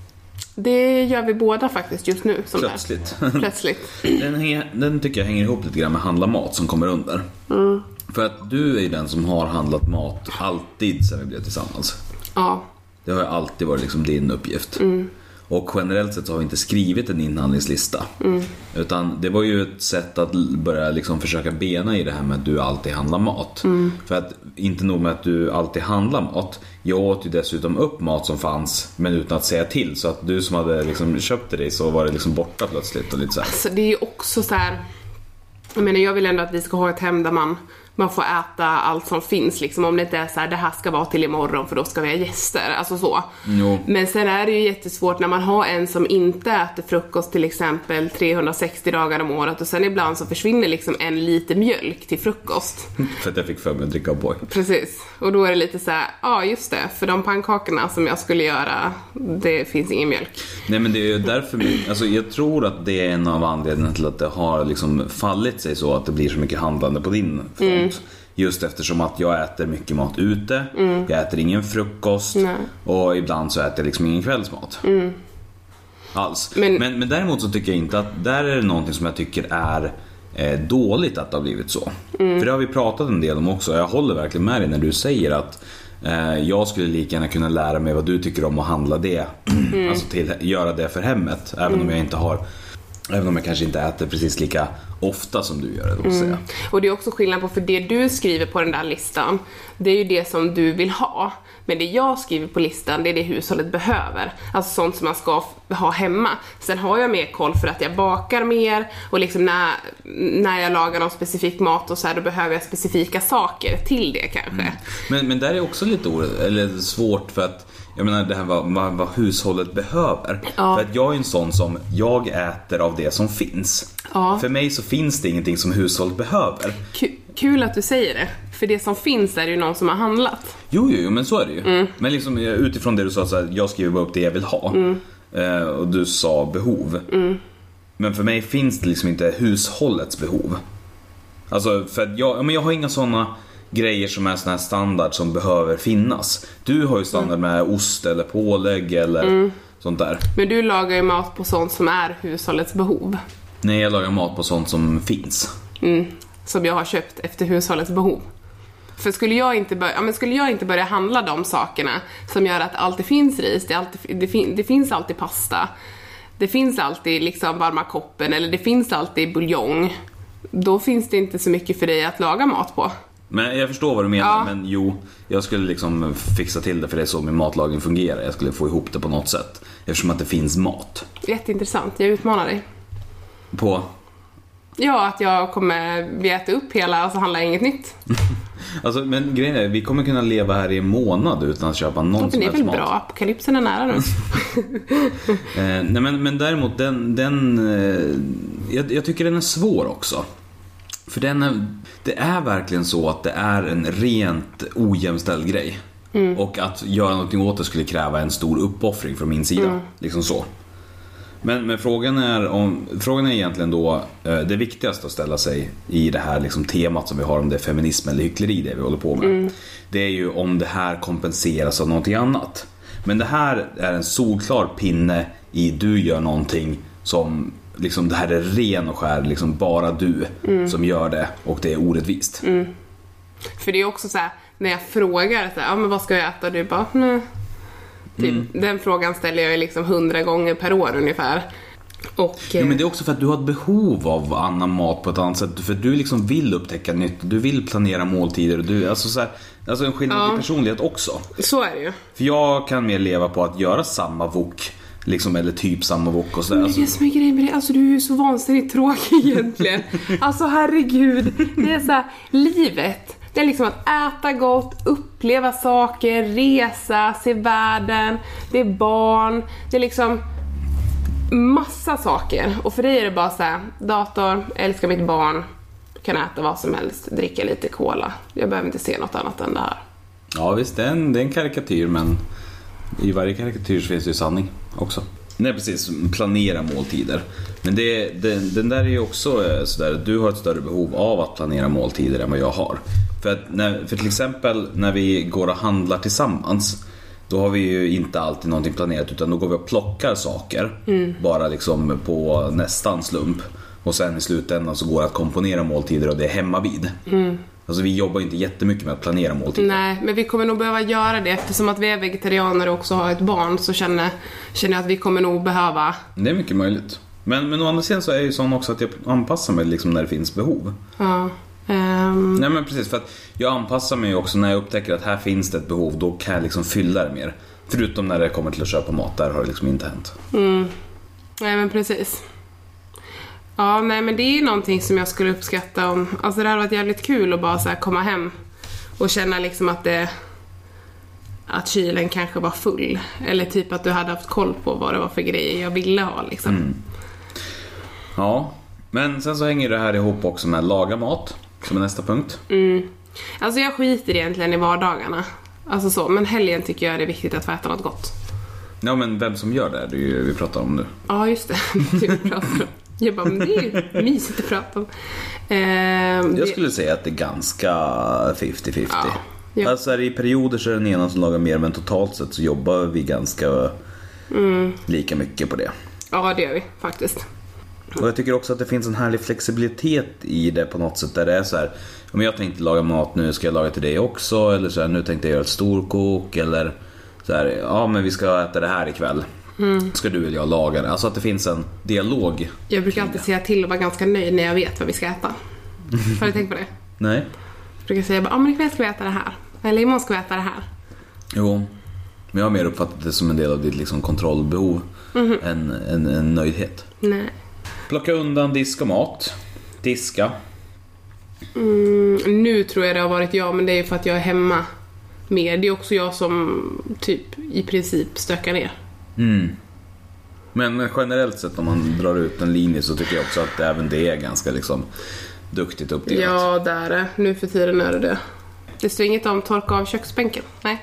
Det gör vi båda faktiskt just nu. Som Plötsligt. Plötsligt. Den, he- den tycker jag hänger ihop lite grann med handla mat som kommer under. Mm. För att du är ju den som har handlat mat alltid sedan vi blev tillsammans. Ja. Det har ju alltid varit liksom din uppgift. Mm. Och generellt sett så har vi inte skrivit en inhandlingslista. Mm. Utan det var ju ett sätt att börja liksom försöka bena i det här med att du alltid handlar mat. Mm. För att inte nog med att du alltid handlar mat. Jag åt ju dessutom upp mat som fanns, men utan att säga till. Så att du som hade liksom köpt det så var det liksom borta plötsligt och lite så här. Alltså det är ju också så här. Jag menar, jag vill ändå att vi ska ha ett hem där man man får äta allt som finns liksom, om det inte är så här, det här ska vara till imorgon för då ska vi ha gäster, alltså så. Jo. Men sen är det ju jättesvårt när man har en som inte äter frukost till exempel trehundrasextio dagar om året, och sen ibland så försvinner liksom en liter mjölk till frukost. För att jag fick för mig att dricka O'boy. Precis, och då är det lite så här, ja just det, för de pannkakorna som jag skulle göra, det finns ingen mjölk. Nej, men det är ju därför, alltså jag tror att det är en av anledningarna till att det har liksom fallit sig så att det blir så mycket handlande på din front. Mm. Just eftersom att jag äter mycket mat ute. Mm. Jag äter ingen frukost. Nej. Och ibland så äter jag liksom ingen kvällsmat. Mm. Alls. Men, men, men däremot så tycker jag inte att där är det någonting som jag tycker är eh, dåligt att det har blivit så. Mm. För det har vi pratat en del om också. Jag håller verkligen med dig när du säger att eh, jag skulle lika gärna kunna lära mig vad du tycker om att handla det. Mm. Alltså till göra det för hemmet. Även mm. om jag inte har Även om jag kanske inte äter precis lika ofta som du gör det, då, mm. Och det är också skillnad på, för det du skriver på den där listan, det är ju det som du vill ha. Men det jag skriver på listan, det är det hushållet behöver. Alltså sånt som man ska ha hemma. Sen har jag mer koll för att jag bakar mer. Och liksom när, när jag lagar någon specifik mat och så här, då behöver jag specifika saker till det kanske. Mm. Men, men där är också lite or- eller svårt för att jag menar det här vad, vad, vad hushållet behöver. Ja. För att jag är en sån som jag äter av det som finns. Ja. För mig så finns det ingenting som hushållet behöver. K- kul att du säger det. För det som finns är ju någon som har handlat. Jo, jo, men så är det ju. Mm. Men liksom utifrån det du sa så här, jag skriver bara upp det jag vill ha. Mm. eh, Och du sa behov. Mm. Men för mig finns det liksom inte hushållets behov. Alltså för att jag, men jag har inga såna grejer som är såna här standard som behöver finnas. Du har ju standard med mm. ost eller pålägg eller mm. sånt där. Men du lagar ju mat på sånt som är hushållets behov. Nej, jag lagar mat på sånt som finns. Mm. Som jag har köpt efter hushållets behov. För skulle jag inte börja, ja, men skulle jag inte börja handla de sakerna som gör att det alltid finns ris, det, alltid, det, fin, det finns alltid pasta, det finns alltid liksom varma koppen eller det finns alltid buljong, då finns det inte så mycket för dig att laga mat på. Men jag förstår vad du menar, ja. Men jo, jag skulle liksom fixa till det, för det är så min matlagning fungerar. Jag skulle få ihop det på något sätt, eftersom att det finns mat. Jätteintressant, jag utmanar dig. På? Ja, att jag kommer vi äta upp hela och så handlar inget nytt. Alltså, men grejen är, vi kommer kunna leva här i en månad utan att köpa någon som helst mat. Det är väl bra, apokalypsen är nära nu. eh, nej, men, men däremot den, den eh, jag, jag tycker den är svår också. För den är, det är verkligen så att det är en rent ojämställd grej. Mm. Och att göra någonting åt det skulle kräva en stor uppoffring från min sida. Mm. Liksom så. Men, men frågan är om, frågan är egentligen då eh, det viktigaste att ställa sig i det här liksom temat som vi har, om det är feminism eller hyckleri det vi håller på med. Mm. Det är ju om det här kompenseras av någonting annat. Men det här är en solklar pinne i du gör någonting som liksom, det här är ren och skär liksom bara du mm. som gör det, och det är orättvist. Mm. För det är också så här, när jag frågar så här, ja men vad ska jag äta, du bara nej. Typ, mm. Den frågan ställer jag liksom hundra gånger per år ungefär. Och, ja, men det är också för att du har ett behov av annan mat på ett annat sätt. För du liksom vill upptäcka nytt. Du vill planera måltider. Du, alltså, så här, alltså en skillnad ja. I personlighet också. Så är det ju. För jag kan mer leva på att göra samma wok liksom, eller typ samma wok och så där. Men det är som är grejen med det. Alltså du är ju så vansinnigt tråkig egentligen. Alltså herregud. Det är så här, livet. Det är liksom att äta gott, uppleva saker, resa, se världen. Det är barn. Det är liksom massa saker. Och för dig är det bara så här, dator, älskar mitt barn, kan äta vad som helst, dricka lite cola. Jag behöver inte se något annat än det här. Ja visst, det är en, det är en karikatyr, men i varje karikatyr så finns det ju sanning också. Nej, precis, planera måltider. Men det, det, den där är ju också sådär, du har ett större behov av att planera måltider än vad jag har. För, att när, för till exempel när vi går och handlar tillsammans, då har vi ju inte alltid någonting planerat, utan då går vi och plockar saker mm. bara liksom på nästan slump. Och sen i slutändan så går det att komponera måltider och det är hemma vid. Mm. Alltså vi jobbar inte jättemycket med att planera måltider. Nej, men vi kommer nog behöva göra det. Eftersom att vi är vegetarianer och också har ett barn, så känner, känner jag att vi kommer nog behöva. Det är mycket möjligt. Men, men å andra sidan så är det ju sån också att jag anpassar mig liksom när det finns behov. Ja. Um... Nej, men precis, för att jag anpassar mig också när jag upptäcker att här finns det ett behov. Då kan jag liksom fylla det mer. Förutom när det kommer till att köpa mat, där har det liksom inte hänt. Mm. Nej, men precis. Ja, nej, men det är ju någonting som jag skulle uppskatta om. Alltså det hade varit jävligt kul att bara så här komma hem och känna liksom att det, att kylen kanske var full. Eller typ att du hade haft koll på vad det var för grejer jag ville ha liksom. Mm. Ja, men sen så hänger det här ihop också med laga mat, som är nästa punkt. Mm. Alltså jag skiter egentligen i vardagarna. Alltså så, men helgen tycker jag det är viktigt att få äta något gott. Ja, men vem som gör det, det är ju vi pratar om nu. Ja, just det. Det vi pratar om. Jag bara, men det är ju mysigt att prata om. Eh, jag det... skulle säga att det är ganska femtio femtio. Ja, ja. Alltså är det i perioder så är det den ena som lagar mer, men totalt sett så jobbar vi ganska mm. lika mycket på det. Ja, det gör vi faktiskt. Och jag tycker också att det finns en härlig flexibilitet i det på något sätt, där det är så här, om jag tänkte laga mat nu, ska jag laga till dig också, eller så här, nu tänkte jag göra ett storkok, eller så här, ja men vi ska äta det här ikväll. Mm. Ska du eller jag laga det? Alltså att det finns en dialog. Jag brukar alltid säga till och vara ganska nöjd när jag vet vad vi ska äta. Har du tänkt på det? Nej. Jag brukar säga, ja men ikväll ska vi äta det här. Eller imorgon ska vi äta det här. Jo, men jag har mer uppfattat det som en del av ditt liksom kontrollbehov mm. än en, en nöjdhet. Nej. Plocka undan disk och mat. Diska. Mm, nu tror jag det har varit jag, men det är för att jag är hemma mer. Det är också jag som typ i princip stökar ner. Mm. Men generellt sett om man drar ut en linje så tycker jag också att även det är ganska liksom duktigt uppdelat. Ja, där är det. Nu för tiden är det det. Det står inget om torka av köksbänken. Nej.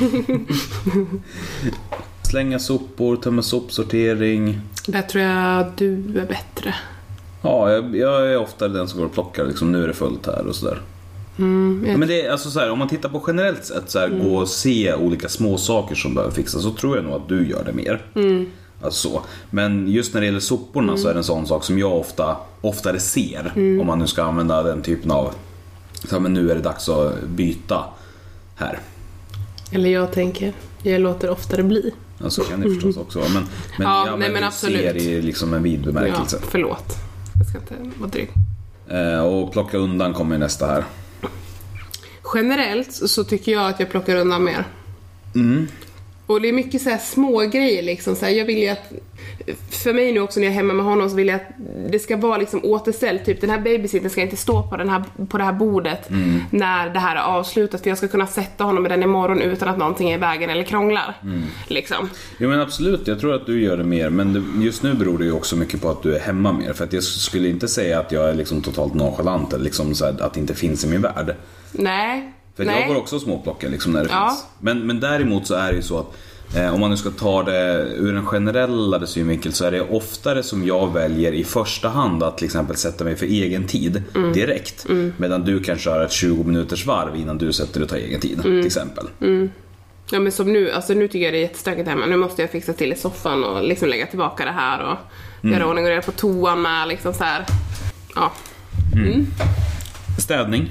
Slänga sopor, tömma sopsortering. Där tror jag du är bättre. Ja, jag, jag är ofta den som går och plockar liksom, nu är det fullt här och sådär. Mm, ja, men det är alltså så här, om man tittar på generellt sett så här, mm. gå och se olika små saker som behöver fixas, så tror jag nog att du gör det mer. Mm. Alltså så. Men just när det gäller soporna mm. så är det en sån sak som jag ofta oftare ser mm. om man nu ska använda den typen av så här, men nu är det dags att byta här. Eller jag tänker, jag låter oftare bli. Ja, så kan det förstås också vara. Men, men, ja, ja, nej, men, men absolut. ser i liksom en vid bemärkelse. Ja, förlåt. Jag ska inte vara dryg. Eh, och plocka undan kommer nästa här. Generellt så tycker jag att jag plockar undan mer. Mm. Och det är mycket så här små grejer liksom. Så här, jag vill ju att, för mig nu också när jag är hemma med honom, så vill jag att det ska vara liksom återställt. Typ den här babysitten ska inte stå på, den här, på det här bordet mm. när det här är avslutat. För jag ska kunna sätta honom med den imorgon utan att någonting är i vägen eller krånglar. Mm. Liksom. Ja, men absolut, jag tror att du gör det mer. Men det, just nu beror det ju också mycket på att du är hemma mer. För att jag skulle inte säga att jag är liksom totalt nonchalant eller liksom så här, att det inte finns i min värld. Nej. För Nej. jag går också småplockar liksom när det ja. finns. Men, men däremot så är det ju så att eh, om man nu ska ta det ur en generellare synvinkel, så är det oftare som jag väljer i första hand att till exempel sätta mig för egen tid mm. direkt. Mm. Medan du kan köra ett tjugo minuters varv innan du sätter dig och tar egen tid mm. till exempel. Mm. Ja, men som nu, alltså nu tycker jag det är jättestökigt hemma. Nu måste jag fixa till i soffan och liksom lägga tillbaka det här och mm. göra ordning och reda på toan med liksom så här. Ja. Mm. Mm. Städning.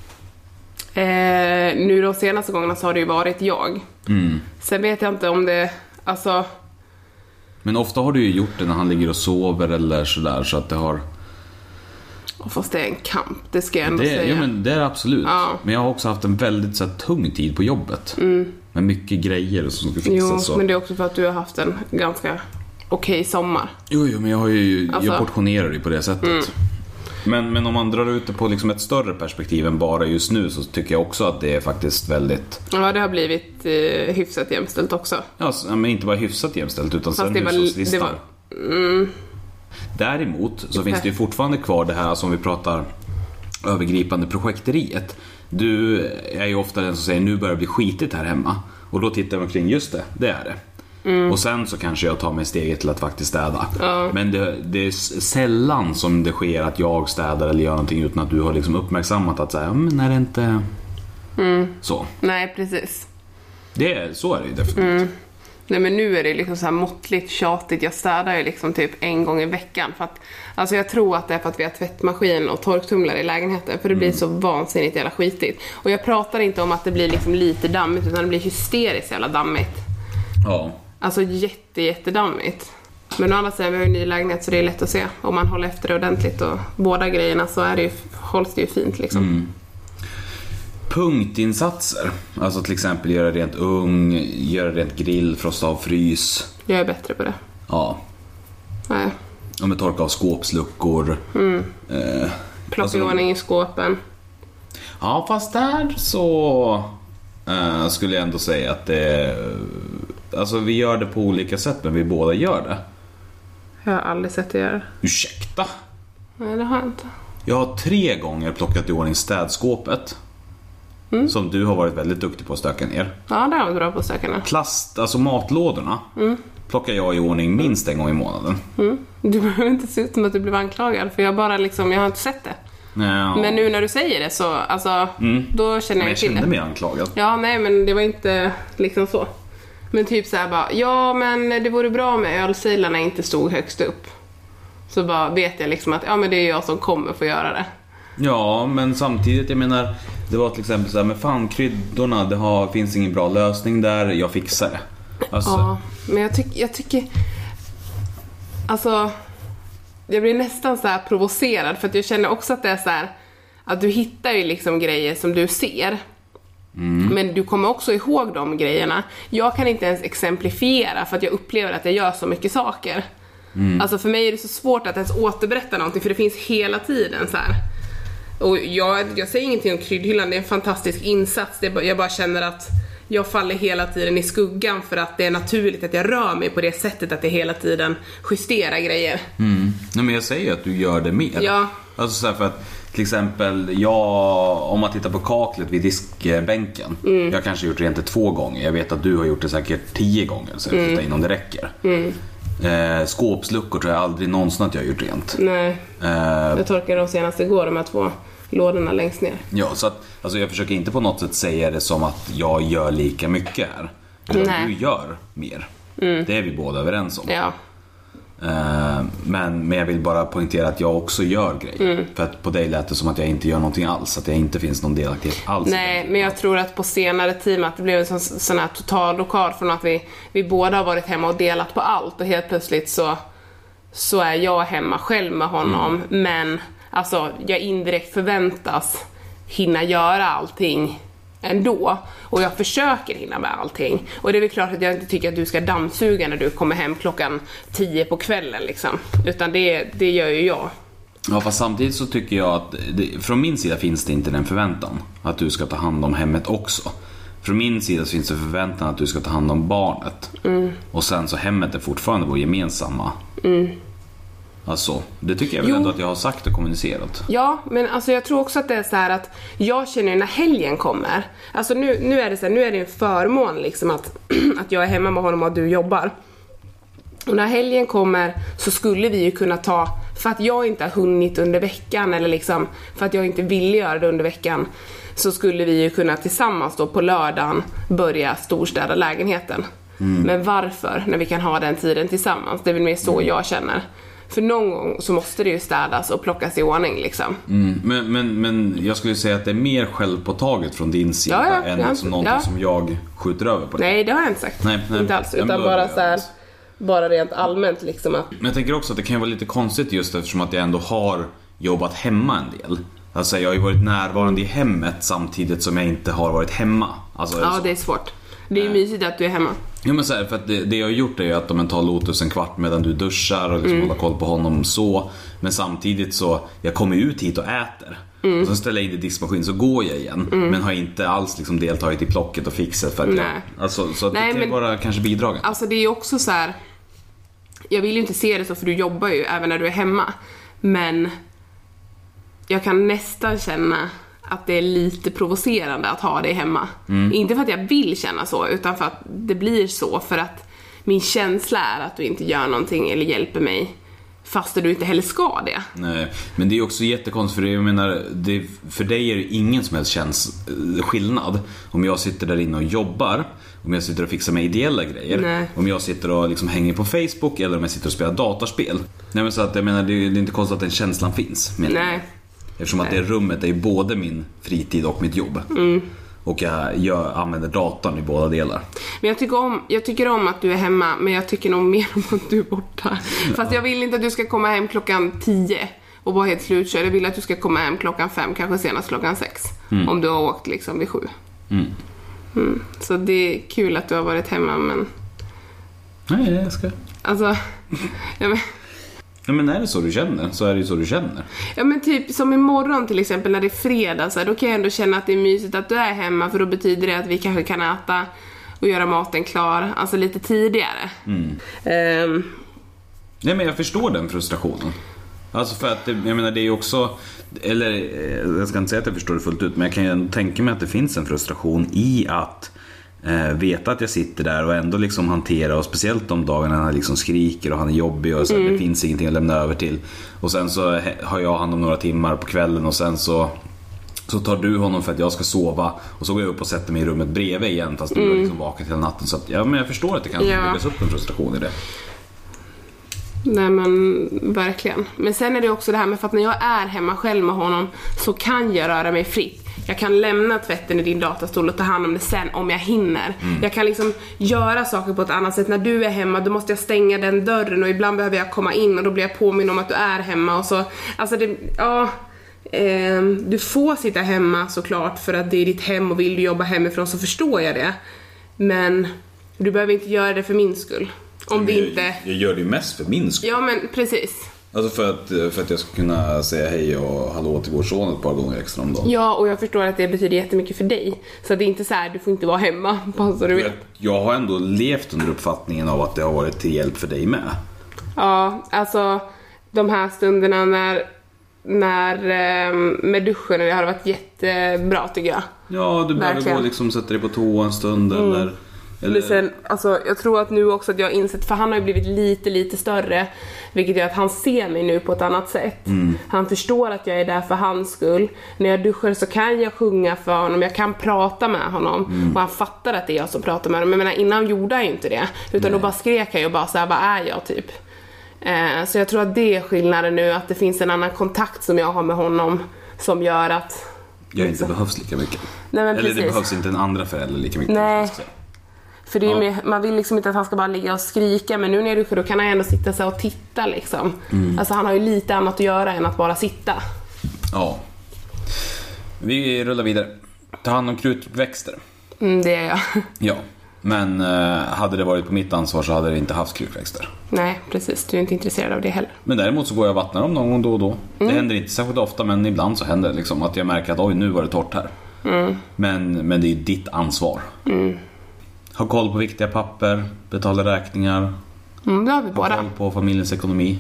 Eh, nu de senaste gångerna så har det ju varit jag. Mm. Sen vet jag inte om det, alltså. Men ofta har du ju gjort det när han ligger och sover eller sådär, så att det har. Och fast det är en kamp, det ska jag ändå det, säga. Ja, men det är absolut. Ja. Men jag har också haft en väldigt så här, tung tid på jobbet. Mm. Med mycket grejer som ska fixas. Jo, så. Men det är också för att du har haft en ganska okej sommar. Jo, jo men jag har ju, alltså. jag portionerar det på det sättet. Mm. Men, men om man drar ut det på liksom ett större perspektiv än bara just nu, så tycker jag också att det är faktiskt väldigt. Ja, det har blivit eh, hyfsat jämställt också. Ja, men inte bara hyfsat jämställt utan fast sen det var, hushållslistan. det var, mm. Däremot så finns det ju fortfarande kvar det här som vi pratar övergripande projekteriet. Du är ju ofta den som säger nu börjar det bli skitigt här hemma. Och då tittar man kring, just det, det är det. Mm. Och sen så kanske jag tar mig steget till att faktiskt städa. Ja. Men det, det är sällan som det sker att jag städar eller gör någonting utan att du har liksom uppmärksammat att säga, men är det inte mm. så? Nej, precis. Det är, så är det ju definitivt. Mm. Nej, men nu är det liksom så här måttligt tjatigt. Jag städar ju liksom typ en gång i veckan. För att, alltså jag tror att det är för att vi har tvättmaskin och torktumlare i lägenheten. För det blir mm. så vansinnigt jävla skitigt. Och jag pratar inte om att det blir liksom lite dammigt, utan det blir hysteriskt jävla dammigt. Ja. Alltså jätte, jättedammigt. Men å andra sidan, vi har ju en ny lägenhet så det är lätt att se. Om man håller efter det ordentligt och båda grejerna så är det ju, hålls det ju fint liksom. Mm. Punktinsatser. Alltså till exempel göra rent ugn, göra rent grill, frosta av frys. Jag är bättre på det. Ja. Nej. Om vi torkar av skåpsluckor. Mm. Eh, Plocka alltså, i ordning i skåpen. Ja, fast där så eh, skulle jag ändå säga att det, alltså vi gör det på olika sätt, men vi båda gör det. Jag har aldrig sett det göra. Ursäkta? Nej, det har jag inte. Jag har tre gånger plockat i ordning städskåpet. Mm. Som du har varit väldigt duktig på att stöka ner. Ja, det har jag bra på att stöka ner. Plast, alltså matlådorna mm. plockar jag i ordning minst en gång i månaden. Mm. Du behöver inte se ut som att du blev anklagad, för jag bara liksom, jag har inte sett det. Ja. Men nu när du säger det så, alltså, mm. då känner jag, jag till det. Jag kände mig anklagad. Ja, nej, men det var inte liksom så. Men typ så här bara, ja men det vore bra med ölsilarna inte stod högst upp. Så bara vet jag liksom att, ja men det är jag som kommer få göra det. Ja, men samtidigt, jag menar, det var till exempel så här, men fan, kryddorna, det har, finns ingen bra lösning där, jag fixar det. Alltså. Ja, men jag, tyck, jag tycker, alltså, jag blir nästan så här provocerad, för att jag känner också att det är så här, att du hittar ju liksom grejer som du ser. Mm. Men du kommer också ihåg de grejerna. Jag kan inte ens exemplifiera, för att jag upplever att jag gör så mycket saker. Mm. Alltså för mig är det så svårt att ens återberätta någonting, för det finns hela tiden så här. Och jag, jag säger ingenting om kryddhyllan, det är en fantastisk insats. Det är, jag bara känner att jag faller hela tiden i skuggan, för att det är naturligt att jag rör mig på det sättet att jag hela tiden justerar grejer. Mm. Nej, men jag säger att du gör det mer. Ja. Alltså så här, för att till exempel jag, om man tittar på kaklet vid diskbänken, mm. jag har kanske gjort rent det två gånger. Jag vet att du har gjort det säkert tio gånger, så jag mm. in om det räcker. Mm. Eh, skåpsluckor tror jag aldrig någonsin att jag har gjort rent. Nej, eh, jag torkade de senaste igår, de här två lådorna längst ner. Ja, så att, alltså jag försöker inte på något sätt säga det som att jag gör lika mycket här. Utan du gör mer. Mm. Det är vi båda överens om. Ja. Eh, men, men jag vill bara poängtera att jag också gör grejer. Mm. För att på dig lät det som att jag inte gör någonting alls. Att det inte finns någon delaktighet alls. Nej, men jag tror att på senare tid att det blev en sån, sån här total lokal från att vi, vi båda har varit hemma och delat på allt. Och helt plötsligt så, så är jag hemma själv med honom. Mm. Men alltså, jag indirekt förväntas hinna göra allting ändå. Och jag försöker hinna med allting. Och det är väl klart att jag inte tycker att du ska dammsuga när du kommer hem klockan tio på kvällen liksom. Utan det, det gör ju jag. Ja, fast samtidigt så tycker jag att det, från min sida finns det inte den förväntan att du ska ta hand om hemmet också. Från min sida så finns det förväntan att du ska ta hand om barnet. Mm. Och sen så hemmet är fortfarande vår gemensamma. Mm. Alltså, det tycker jag väl jo. ändå att jag har sagt och kommunicerat. Ja, men alltså jag tror också att det är så här att jag känner när helgen kommer. Alltså nu, nu är det så här, nu är det en förmån liksom att, att jag är hemma med honom och du jobbar. Och när helgen kommer så skulle vi ju kunna ta, för att jag inte har hunnit under veckan eller liksom för att jag inte vill göra det under veckan, så skulle vi ju kunna tillsammans då på lördagen börja storstäda lägenheten. Mm. Men varför när vi kan ha den tiden tillsammans? Det är väl mer så jag känner. För någon gång så måste det ju städas och plockas i ordning liksom. Mm. Men, men, men jag skulle säga att det är mer självpåtaget från din sida ja, ja, än ja, som någonting ja. som jag skjuter över på det. Nej, det har jag inte sagt. Nej, nej. Inte alls, utan bara så här, bara rent allmänt liksom att... Men jag tänker också att det kan ju vara lite konstigt just eftersom att jag ändå har jobbat hemma en del. Alltså jag har ju varit närvarande i hemmet samtidigt som jag inte har varit hemma. Alltså, ja, så. Det är svårt. Det är ju mysigt att du är hemma. Ja, men så här, för att det, det jag har gjort är ju att de tar Lotus en kvart medan du duschar och liksom mm. håller koll på honom så. Men samtidigt så, jag kommer ut hit och äter. Mm. Och så ställer jag in i diskmaskin så går jag igen. Mm. Men har inte alls liksom deltagit i plocket och fixat för att Nej. jag, alltså, så att Nej, det kan men, vara kanske bidragen. Alltså det är ju också så här. Jag vill ju inte se det så, för du jobbar ju även när du är hemma. Men jag kan nästan känna att det är lite provocerande att ha det hemma. Mm. Inte för att jag vill känna så, utan för att det blir så. För att min känsla är att du inte gör någonting eller hjälper mig fast du inte heller ska det. Nej, men det är också jättekonstigt för jag menar, det, för dig är det ingen som helst känns skillnad om jag sitter där inne och jobbar, om jag sitter och fixar med ideella grejer. Nej. Om jag sitter och liksom hänger på Facebook eller om jag sitter och spelar datorspel. Nej, men så att jag menar, det är, det är inte konstigt att den känslan finns. Men Nej. Eftersom att Nej. det rummet är både min fritid och mitt jobb. Mm. Och jag, jag använder datorn i båda delar. Men jag tycker, om, jag tycker om att du är hemma, men jag tycker nog mer om att du är borta. Fast jag vill inte att du ska komma hem klockan tio och vara helt slutkörd. Jag vill att du ska komma hem klockan fem, kanske senast klockan sex. Mm. Om du har åkt liksom vid sju. Mm. Mm. Så det är kul att du har varit hemma, men... Nej, jag ska... Alltså... ja, men... Ja, men är det så du känner, så är det ju så du känner. Ja, men typ som imorgon till exempel när det är fredag, så här, då kan jag ändå känna att det är mysigt att du är hemma, för då betyder det att vi kanske kan äta och göra maten klar, alltså lite tidigare. Mm. Um... Nej, men jag förstår den frustrationen. Alltså för att, det, jag menar, det är ju också, eller jag ska inte säga att jag förstår det fullt ut, men jag kan ju ändå tänka mig att det finns en frustration i att eh, veta att jag sitter där och ändå liksom hantera, och speciellt de dagarna han liksom skriker och han är jobbig och så mm. det finns ingenting att lämna över till, och sen så har jag hand om några timmar på kvällen och sen så så tar du honom för att jag ska sova, och så går jag upp och sätter mig i rummet bredvid igen fast du mm. har liksom vakat hela natten, så att, ja, men jag förstår att det kan ja. byggas upp en frustration i det. Nej, men verkligen. Men sen är det också det här med, för att när jag är hemma själv med honom så kan jag röra mig fritt. Jag kan lämna tvätten i din datorstol och ta hand om det sen om jag hinner. Mm. Jag kan liksom göra saker på ett annat sätt. När du är hemma, då måste jag stänga den dörren, och ibland behöver jag komma in och då blir jag påminn om att du är hemma. Och så, alltså det, ja, eh, du får sitta hemma såklart för att det är ditt hem, och vill du jobba hemifrån så förstår jag det. Men du behöver inte göra det för min skull. Om det jag, inte... jag gör det ju mest för min skull. Ja, men precis. Alltså för att, för att jag ska kunna säga hej och hallå till vår son ett par gånger extra om dagen. Ja, och jag förstår att det betyder jättemycket för dig. Så det är inte så här, du får inte vara hemma. Så du vet. Jag har ändå levt under uppfattningen av att det har varit till hjälp för dig med. Ja, alltså de här stunderna när, när med duschen, det har varit jättebra tycker jag. Ja, du behöver gå och liksom sätta dig på toa en stund mm. eller... Eller... Men sen, alltså, jag tror att nu också att jag har insett, för han har ju blivit lite, lite större, vilket gör att han ser mig nu på ett annat sätt. Mm. Han förstår att jag är där för hans skull. När jag duschar så kan jag sjunga för honom, jag kan prata med honom. Mm. Och han fattar att det är jag som pratar med honom. Men jag menar, innan gjorde jag inte det. Utan Nej. Då bara skrek jag och bara så här, vad är jag typ? Eh, så jag tror att det är skillnaden nu, att det finns en annan kontakt som jag har med honom som gör att... Jag inte behövs lika mycket. Nej, men Eller precis. det behövs inte en andra förälder lika mycket. Nej. För det är ja. med, man vill liksom inte att han ska bara ligga och skrika, men nu när jag duschar då kan han ändå sitta så och titta liksom. Mm. Alltså han har ju lite annat att göra än att bara sitta. Ja. Vi rullar vidare. Ta hand om krukväxter. Mm, det är jag. Ja. Men eh, hade det varit på mitt ansvar så hade det inte haft krukväxter. Nej, precis. Du är inte intresserad av det heller. Men däremot så går jag och vattnar dem någon gång då och då. Mm. Det händer inte särskilt ofta, men ibland så händer det liksom att jag märker att oj, nu var det torrt här. Mm. Men, men det är ju ditt ansvar. Mm. Ha koll på viktiga papper, betala räkningar. Mm, det har vi ha båda. koll på familjens ekonomi.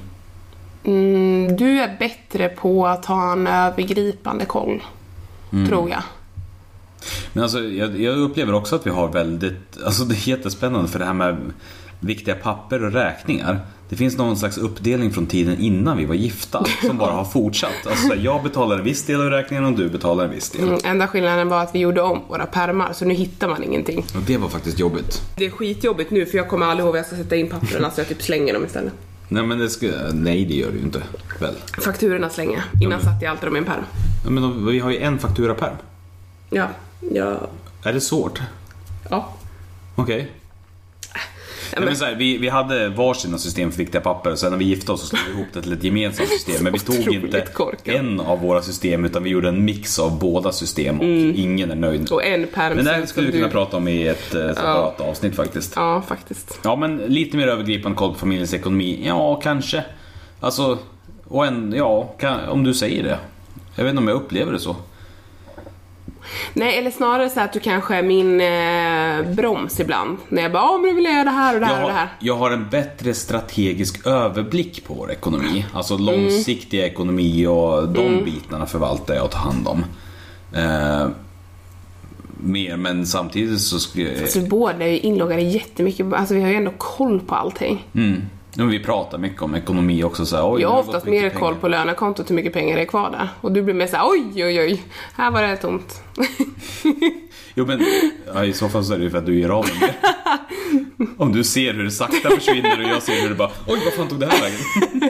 Mm, du är bättre på att ha en övergripande koll, mm. tror jag. Men alltså, jag, jag upplever också att vi har väldigt... Alltså det är jättespännande för det här med viktiga papper och räkningar. Det finns någon slags uppdelning från tiden innan vi var gifta som bara har fortsatt. Alltså jag betalar en viss del av räkningen och du betalar en viss del. Mm, enda skillnaden var att vi gjorde om våra pärmar, så nu hittar man ingenting. Och det var faktiskt jobbigt. Det är skitjobbigt nu, för jag kommer aldrig ihåg att jag ska sätta in papperna, så jag typ slänger dem istället. Nej, men det ska... Nej, det gör du ju inte. Väl. Fakturorna slänger. Innan ja, men... satt jag alltid dem i en pärm. Ja, men då, vi har ju en fakturapärm. Ja, ja. Är det svårt? Ja. Okej. Okay. Nej, men så här, vi, vi hade varsina system för viktiga papper, och sen när vi gifte oss så slog vi ihop det till ett gemensamt system. Men vi tog inte korkat. en av våra system, utan vi gjorde en mix av båda system, och mm. ingen är nöjd. Och en pärm. Men det här skulle vi kunna du... prata om i ett eh, separat ja. avsnitt faktiskt. Ja, faktiskt. Ja, men lite mer övergripande koll på familjens ekonomi. Ja, kanske. Alltså, och en, ja, kan, om du säger det. Jag vet inte om jag upplever det så. Nej, eller snarare så att du kanske är min eh, broms ibland. När jag bara, ja, men du vill göra det här och det här jag har, och det här. Jag har en bättre strategisk överblick på vår ekonomi. Alltså långsiktiga mm. ekonomi och de mm. bitarna förvaltar jag och tar hand om. Eh, mer, men samtidigt så skulle alltså, båda är ju inloggade jättemycket. Alltså vi har ju ändå koll på allting. Mm. Vi pratar mycket om ekonomi också så här, oj, jag har oftast mer koll på lönekontot, hur mycket pengar det är kvar där. Och du blir mer så här, oj oj oj, här var det tomt. Jo men ja, i så fall så är det ju för att du gör av med det. Om du ser hur det sakta försvinner och jag ser hur det bara, oj vad fan tog det här vägen?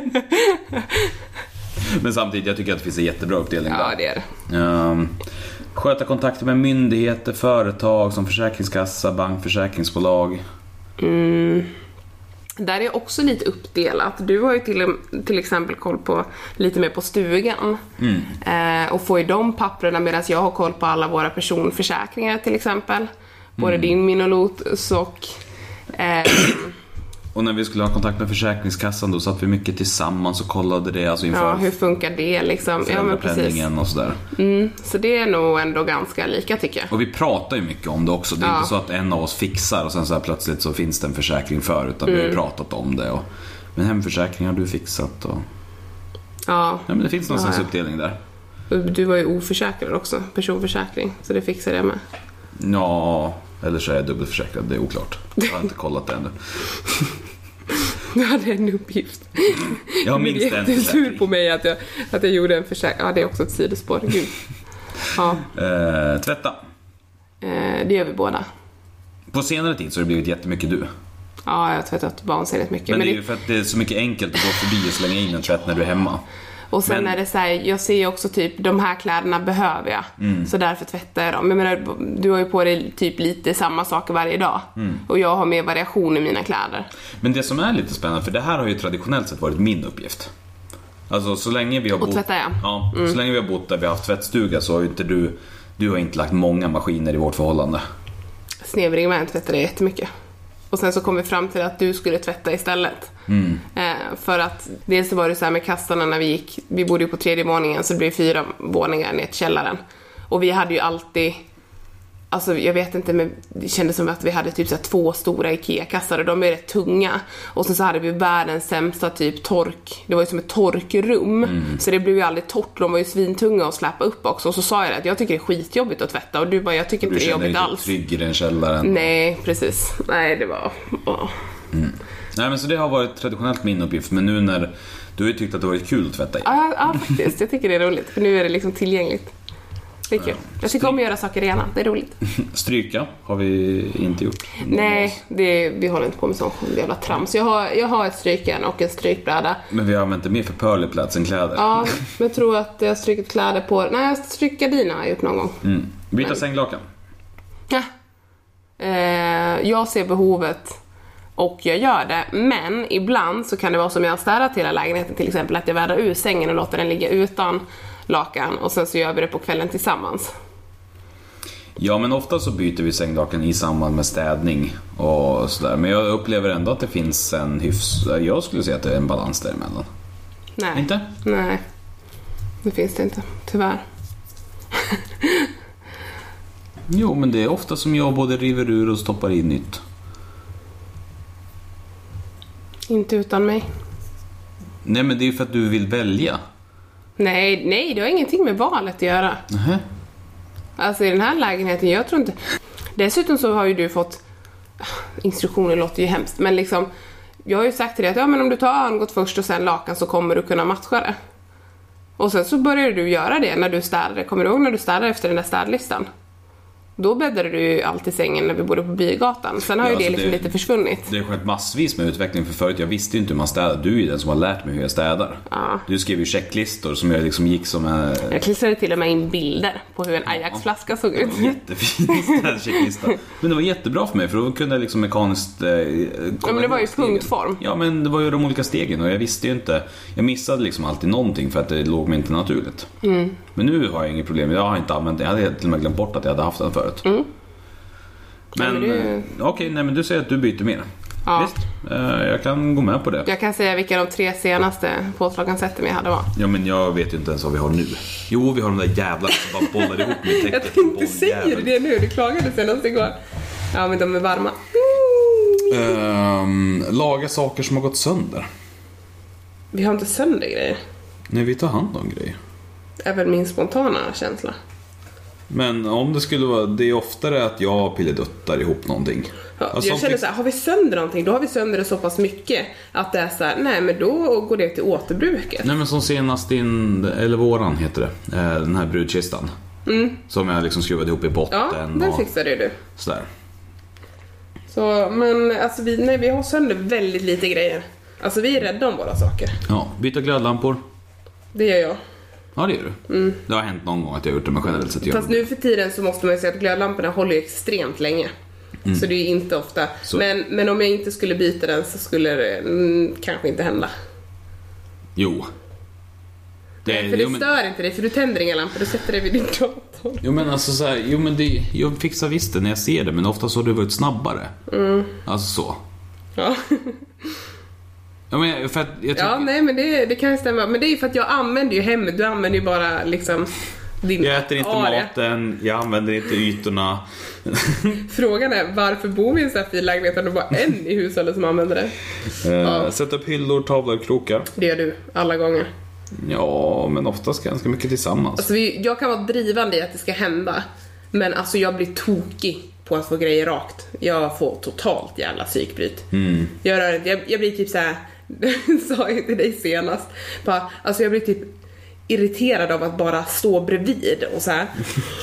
Men samtidigt, jag tycker att det finns en jättebra uppdelning där. Ja, det är det. Um, sköta kontakter med myndigheter, företag som försäkringskassa, bank, försäkringsbolag. Mm. Där är också lite uppdelat. Du har ju till, till exempel koll på lite mer på stugan. Mm. Eh, och får ju de papperna medan jag har koll på alla våra personförsäkringar till exempel. Både mm. din, min och Lots och... Eh, och när vi skulle ha kontakt med försäkringskassan då satt vi mycket tillsammans och kollade det alltså inför. Ja, hur funkar det liksom? Ja, men precis. Och sådär. Mm, så det är nog ändå ganska lika tycker jag. Och vi pratar ju mycket om det också. Det är ja. inte så att en av oss fixar och sen så här plötsligt så finns det en försäkring för, utan mm. vi har ju pratat om det. Och, men hemförsäkring har du fixat och... Ja. Ja, men det finns någon slags ja. uppdelning där. Du var ju oförsäkrad också, personförsäkring. Så det fixar jag med. Ja, eller så är jag dubbelförsäkrad, det är oklart. Jag har inte kollat det ännu. Jag hade en uppgift. Jag har minst en försäkring. Det är sur på mig att jag, att jag gjorde en försäkring. Ja, det är också ett sidospår. Gud. Ja. Eh, tvätta. Eh, det gör vi båda. På senare tid så har det blivit jättemycket du. Ja, jag har tvättat vansinnigt mycket. Men, men det är det... ju för att det är så mycket enkelt att gå förbi och slänga in en tvätt när du är hemma. Och sen men... är det så här, jag ser ju också typ, de här kläderna behöver jag. Mm. Så därför tvättar jag dem. Jag menar, du har ju på dig typ lite samma saker varje dag. Mm. Och jag har mer variation i mina kläder. Men det som är lite spännande, för det här har ju traditionellt sett varit min uppgift. Alltså så länge vi har bott... Och tvätta, ja. Ja, mm. så länge vi har bott där vi har haft tvättstuga så har ju inte du... Du har inte lagt många maskiner i vårt förhållande. Snevringen tvättade jättemycket. Och sen så kom vi fram till att du skulle tvätta istället. Mm. Eh, för att dels så var det så här med kassarna när vi gick. Vi bodde ju på tredje våningen så det blev fyra våningar ner till källaren. Och vi hade ju alltid... Alltså jag vet inte, men det kändes som att vi hade typ så här två stora Ikea-kassar och de är rätt tunga. Och sen så hade vi världens sämsta typ tork. Det var ju som ett torkrum. Mm. Så det blev ju aldrig torrt. De var ju svintunga att släppa upp också. Och så sa jag att jag tycker det är skitjobbigt att tvätta. Och du bara, jag tycker inte det är jobbigt alls. Du känner dig trygg i den källaren. Nej, precis. Nej, det var... Oh. Mm. Nej, men så det har varit traditionellt min uppgift. Men nu när du har ju tyckt att det har varit kul att tvätta i. Ja, ja, faktiskt. Jag tycker det är roligt. För nu är det liksom tillgängligt. Det är kul. Jag tycker om att göra saker rena. Det är roligt. Stryka har vi inte gjort. Nej, det, vi håller inte på med sån jävla trams. Jag har, jag har ett strykjärn och en strykbräda. Men vi har använt det mer för pörleplats än kläder. Ja, men jag tror att jag har strykit kläder på... Nej, jag strykat dina har jag gjort någon gång. Mm. Byta men... sänglakan. Ja. Eh, jag ser behovet och jag gör det. Men ibland så kan det vara som jag har städat hela lägenheten. Till exempel att jag vädrar ur sängen och låter den ligga utan lakan. Och sen så gör vi det på kvällen tillsammans. Ja, men ofta så byter vi sänglakan i samband med städning och sådär. Men jag upplever ändå att det finns en hyfs... Jag skulle säga att det är en balans däremellan. Nej. Inte? Nej. Det finns det inte, tyvärr. Jo, men det är ofta som jag både river ur och stoppar in nytt. Inte utan mig. Nej, men det är ju för att du vill välja. Nej, nej, det har ingenting med valet att göra. Uh-huh. Alltså i den här lägenheten, jag tror inte... Dessutom så har ju du fått... Instruktioner låter ju hemskt, men liksom... Jag har ju sagt till dig att ja, men om du tar örngott först och sen lakan så kommer du kunna matcha det. Och sen så börjar du göra det när du städade. Kommer du ihåg när du städade efter den där städlistan? Då bäddade du ju alltid i sängen när vi bodde på Bygatan. Sen har ja, ju det liksom det, lite försvunnit. Det har skett massvis med utveckling för förut. Jag visste ju inte hur man städar. Du är ju den som har lärt mig hur jag städar. Ja. Du skrev ju checklistor som jag liksom gick som en... Jag klistrade till och med in bilder på hur en Ajax-flaska såg ut. Jättefin checklista. Men det var jättebra för mig för då kunde jag liksom mekaniskt... Eh, ja, men det var ju punktform. Ja, men det var ju de olika stegen och jag visste ju inte... Jag missade liksom alltid någonting för att det låg mig inte naturligt. Mm. Men nu har jag inget problem. Jag har inte använt det. Jag hade till och med glömt bort att jag hade haft den förut. Mm. Men, men du... okej, okay, nej men du säger att du byter mer. Ja. Visst, jag kan gå med på det. Jag kan säga vilka de tre senaste påslagansätten jag hade var. Ja, men jag vet ju inte ens vad vi har nu. Jo, vi har de där jävlarna som bara bollar ihop med täcket. Jag tänkte säga det nu, du klagade senast igår. Ja, men de är varma. Mm. Um, laga saker som har gått sönder. Vi har inte sönder grejer. Nej, vi tar hand om grejer. Det är väl min spontana känsla. Men om det skulle vara, det är oftare att jag pilleduttar ihop någonting. Ja, alltså, jag känner så här, har vi sönder någonting, då har vi sönder det så pass mycket att det är så här, nej men då går det till återbruket. Nej, men som senast din, eller våran heter det, den här brudkistan. Mm. Som jag liksom skruvade ihop i botten. Ja, den och fixade du. sådär. Så, men alltså vi, nej, vi har sönder väldigt lite grejer. Alltså vi är rädda om våra saker. Ja, byta glödlampor. Det gör jag. Ja, det gör du. Mm. Det har hänt någon gång att jag har gjort det, men generellt sett gör Fast nu för tiden så måste man ju säga att glödlamporna håller ju extremt länge. Mm. Så det är ju inte ofta. Men, men om jag inte skulle byta den så skulle det mm, kanske inte hända. Jo. Det, Nej, för det jo, men... stör inte dig, för du tänder inga lampor, du sätter dig vid din dator. Jo men alltså så här, jo men det, jag fixar visst det när jag ser det, men ofta så har det varit snabbare. Mm. Alltså så. Ja. Ja, men för att jag tycker... ja nej men det, det kan ju stämma. Men det är ju för att jag använder ju hemmet. Du använder ju bara liksom din jag äter inte area. Maten, jag använder inte ytorna. Frågan är, varför bor vi i en sån här fin lägenhet och det bara en i hushållet som använder det? eh, ja. Sätt upp hyllor, tavlor, krokar. Det gör du, alla gånger. Ja, men oftast ganska mycket tillsammans. Alltså vi, jag kan vara drivande i att det ska hända. Men alltså jag blir tokig på att få grejer rakt. Jag får totalt jävla psykbryt. Mm. Jag, rör, jag, jag blir typ så här. Sa jag till dig senast. Bara, alltså jag blir typ irriterad av att bara stå bredvid och så här.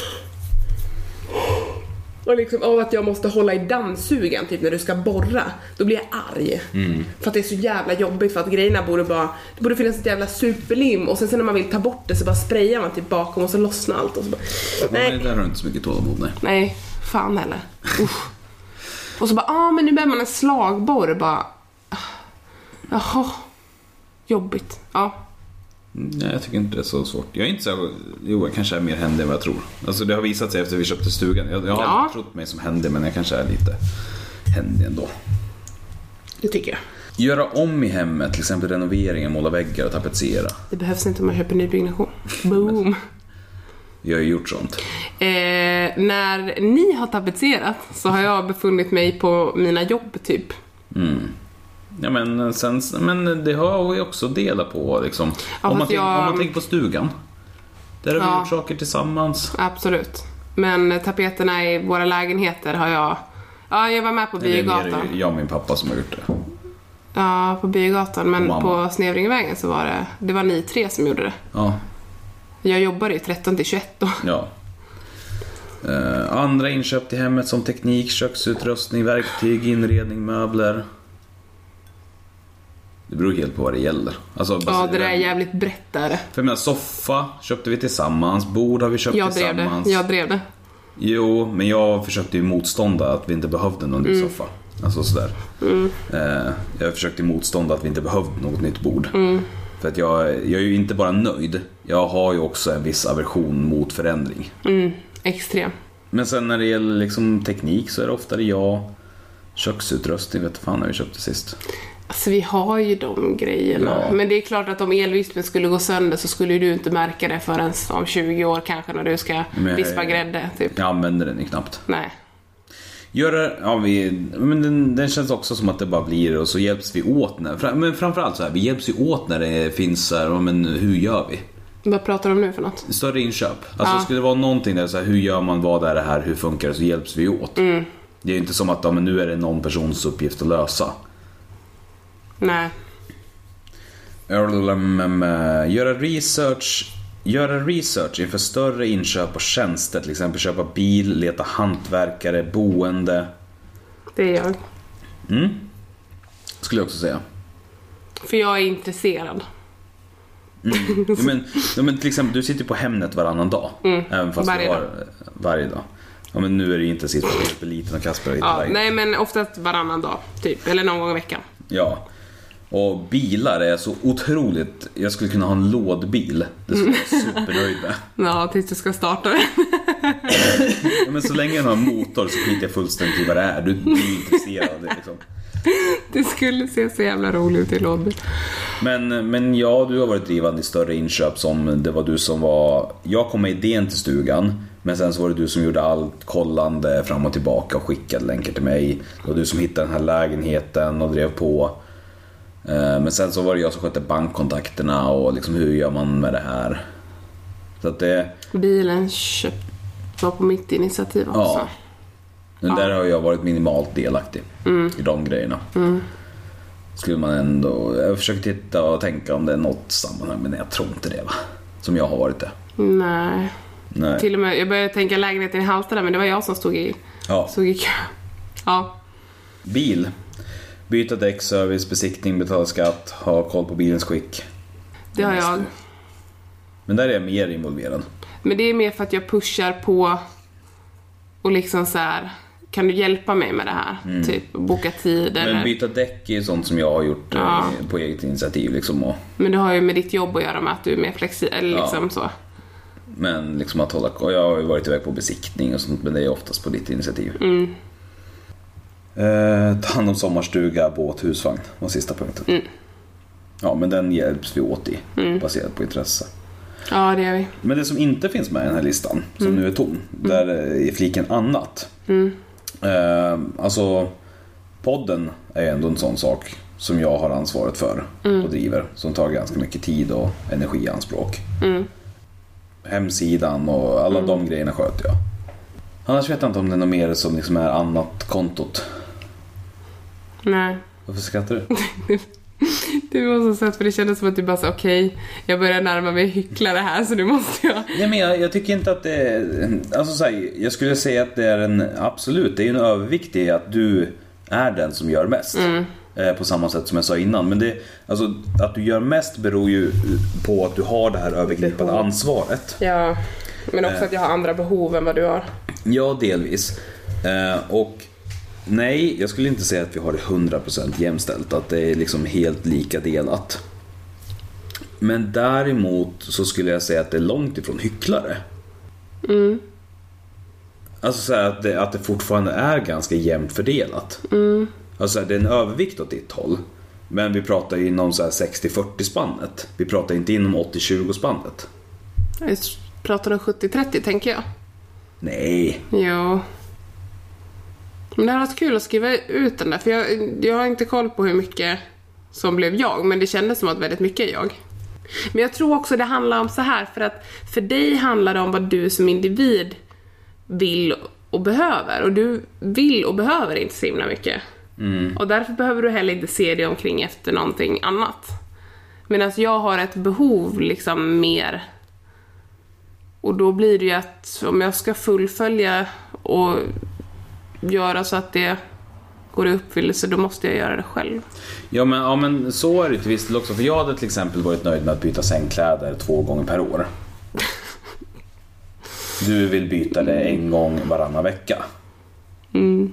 Och liksom av att jag måste hålla i dammsugan typ när du ska borra. Då blir jag arg. Mm. För att det är så jävla jobbigt. För att grejerna borde bara, det borde finnas ett jävla superlim. Och sen, sen när man vill ta bort det så bara sprayar man typ bakom och så lossnar allt och så bara, nej. Nej, där har du inte så mycket tålamod, nej. Nej, fan heller. Usch. Och så bara, ah men nu behöver man en slagborr. Bara, jaha, jobbigt. Ja. Nej, jag tycker inte det är så svårt. Jag är inte så, jo, jag kanske är mer händig än vad jag tror. Alltså det har visat sig efter vi köpte stugan. Jag, jag har ja. aldrig trott mig som händig, men jag kanske är lite händig ändå. Det tycker jag. Göra om i hemmet, till exempel renoveringar, måla väggar och tapetsera. Det behövs inte om man köper nybyggnation. Boom. Jag har ju gjort sånt. Eh, när ni har tapetserat så har jag befunnit mig på mina jobb typ. Mm. Ja, men, sen, men det har vi också delat på liksom. Ja, om, man tänk, jag... om man tänker på stugan. Där har ja. vi gjort saker tillsammans. Absolut. Men tapeterna i våra lägenheter har jag. Ja, jag var med på Biogatan. Det är jag och min pappa som har gjort det. Ja, på Biogatan. Men på Snevringvägen så var det. Det var ni tre som gjorde det. Ja. Jag jobbade ju tretton till tjugoett då. Ja. Uh, andra inköp till hemmet som teknik, köksutrustning, verktyg, inredning, möbler. Det beror helt på vad det gäller. Alltså, ja, det där är jävligt brett där. För jag menar, soffa köpte vi tillsammans, bord har vi köpt jag tillsammans. Drev det. Jag drev det. Jo, men jag försökte ju motstånda att vi inte behövde någon ny mm. soffa. Alltså sådär. Mm. Uh, jag försökte motstånda att vi inte behövde något nytt bord. Mm. För att jag, jag är ju inte bara nöjd. Jag har ju också en viss aversion mot förändring. Mm, extrem. Men sen när det gäller liksom teknik så är det oftare jag. Köksutrustning, vet du fan när vi köpte sist. Alltså vi har ju de grejerna. Ja. Men det är klart att om elvispen skulle gå sönder så skulle du inte märka det förrän om tjugo år kanske när du ska men, vispa grädde. Typ. Jag använder den ju knappt. Nej. Göra, ja, vi, men den, den känns också som att det bara blir och så hjälps vi åt när, men framförallt så här, vi hjälps ju åt när det finns så här, men hur gör vi? Vad pratar du om nu för något? Större inköp. Alltså ja. skulle det vara någonting där så här, hur gör man, vad är det här, hur funkar det, så hjälps vi åt. Mm. Det är ju inte som att ja, men nu är det någon persons uppgift att lösa. Nej. Göra research Göra research inför större inköp och tjänster. Till exempel köpa bil, leta hantverkare, boende. Det är jag. Mm. Skulle jag också säga. För jag är intresserad. Mm. Ja, men, ja, men till exempel, du sitter på Hemnet varannan dag. Mm. Även fast varje, har, dag. varje dag. Ja, men nu är det intensivt för liten och Kasper är ja, nej, men oftast varannan dag typ. Eller någon gång i veckan. Ja. Och bilar är så otroligt. Jag skulle kunna ha en lådbil. Det skulle jag vara supernöjd med. Ja, tills du ska starta det. Ja, men så länge jag har en motor så skiter jag fullständigt i vad det är. Du, du är intresserad av det liksom. Det skulle se så jävla roligt ut i lådbil. Men, men ja, du har varit drivande i större inköp. Som det var du som var. Jag kom med idén till stugan. Men sen så var det du som gjorde allt kollande fram och tillbaka och skickade länkar till mig. Det var du som hittade den här lägenheten och drev på. Men sen så var det jag som skötte bankkontakterna och liksom hur gör man med det här. Så att det... Bilen köpt... var på mitt initiativ också. Ja. Men Ja. där har jag varit minimalt delaktig Mm. i de grejerna. Mm. Skulle man ändå... Jag försöker titta och tänka om det är något sammanhang, men jag tror inte det, va? Som jag har varit det. Nej. Nej. Till och med, jag började tänka lägenheten i Halmstad där, men det var jag som stod i, Ja. stod i kö. Ja. Bil. Byta däck, service, besiktning, betala skatt, ha koll på bilens skick. Det har jag. Men där är jag mer involverad. Men det är mer för att jag pushar på och liksom så här, kan du hjälpa mig med det här? Mm. Typ boka tid eller... Men byta däck är ju sånt som jag har gjort Ja. eh, på eget initiativ liksom. Och, Men det har ju med ditt jobb att göra med att du är mer flexibel, eller liksom Ja. så. men liksom att hålla koll. Jag har ju varit iväg på besiktning och sånt, men det är oftast på ditt initiativ. Mm. Eh, ta hand om sommarstuga, båt, husvagn var sista punkten. Mm. Ja, men den hjälps vi åt i, Mm. baserat på intresse. Ja, det gör vi. Men det som inte finns med i den här listan, som Mm. nu är tom, där är fliken annat. Mm. Eh, alltså, podden är ändå en sån sak som jag har ansvaret för Mm. och driver, som tar ganska mycket tid och energi i anspråk. Mm. Hemsidan och alla Mm. de grejerna sköter jag. Annars vet jag inte om det är något mer som liksom är annat kontot. Nej. Varför skrattar du? Det var så sött, för det kändes som att du bara sa okej, okay, jag börjar närma mig hycklare här, så nu måste jag... Nej, men jag, jag tycker inte att det är... Alltså så här, jag skulle säga att det är en... Absolut, det är ju en övervikt i att du är den som gör mest. Mm. Eh, på samma sätt som jag sa innan. Men det, alltså, att du gör mest beror ju på att du har det här övergripande Behov. ansvaret. Ja, men också Eh. att jag har andra behov än vad du har. Ja, delvis. Eh, och nej, jag skulle inte säga att vi har det hundra procent jämställt. Att det är liksom helt lika delat. Men däremot så skulle jag säga att det är långt ifrån hycklare. Mm. Alltså så här att, det, att det fortfarande är ganska jämnt fördelat. Mm. Alltså det är en övervikt åt ditt håll. Men vi pratar ju inom så här sextio fyrtio spannet. Vi pratar inte inom åttio tjugo spannet. Jag pratar om sjuttio trettio, tänker jag. Nej. Jo. Men det har varit kul att skriva ut den där, för jag, jag har inte koll på hur mycket som blev jag, men det kändes som att väldigt mycket är jag. Men jag tror också det handlar om så här, för att för dig handlar det om vad du som individ vill och behöver, och du vill och behöver inte så himla mycket. Mm. Och därför behöver du heller inte se dig omkring efter någonting annat. Medan jag har ett behov liksom mer. Och då blir det ju att om jag ska fullfölja och göra så att det går i uppfyllelse, då måste jag göra det själv. Ja men, ja, men så är det till viss del också. För jag hade till exempel varit nöjd med att byta sängkläder två gånger per år. Du vill byta det en gång varannan vecka. Mm.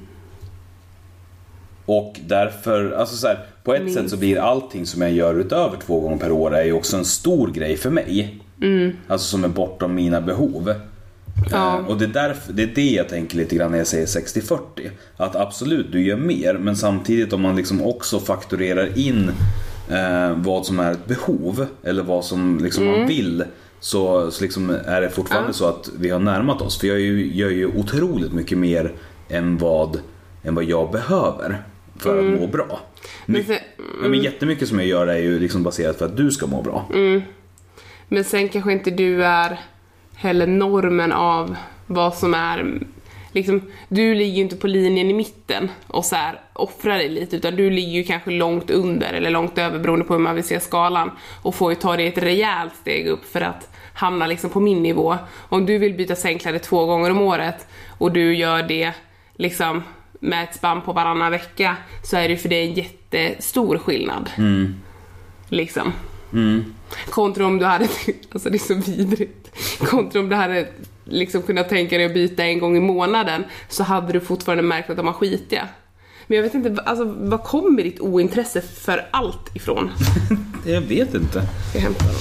Och därför, alltså så här, på ett Minst. sätt så blir allting som jag gör utöver två gånger per år är ju också en stor grej för mig. Mm. Alltså som är bortom mina behov. Ja. Eh, och det är, därför, det är det jag tänker lite grann när jag säger sextio fyrtio. Att absolut, du gör mer. Men samtidigt om man liksom också fakturerar in eh, vad som är ett behov. Eller vad som liksom Mm. man vill. Så, så liksom är det fortfarande Ja. så att vi har närmat oss. För jag gör ju, gör ju otroligt mycket mer än vad, än vad jag behöver för Mm. att må bra. Men, My- sen, ja, men jättemycket som jag gör är ju liksom baserat för att du ska må bra. mm. Men sen kanske inte du är heller normen av vad som är liksom, du ligger ju inte på linjen i mitten och så här offrar dig lite, utan du ligger ju kanske långt under eller långt över, beroende på hur man vill se skalan, och får ju ta det ett rejält steg upp för att hamna liksom på min nivå. Om du vill byta sängkläder två gånger om året och du gör det liksom med ett spann på varannan vecka, så är det för dig en jättestor skillnad. Mm. Liksom. Mm. Kontra om du hade, alltså det är så vidrigt, kontra om du hade liksom kunnat tänka dig att byta en gång i månaden, så hade du fortfarande märkt att de var skitiga. Men jag vet inte, alltså vad kommer ditt ointresse för allt ifrån? Jag vet inte. Ska jag hämta dem?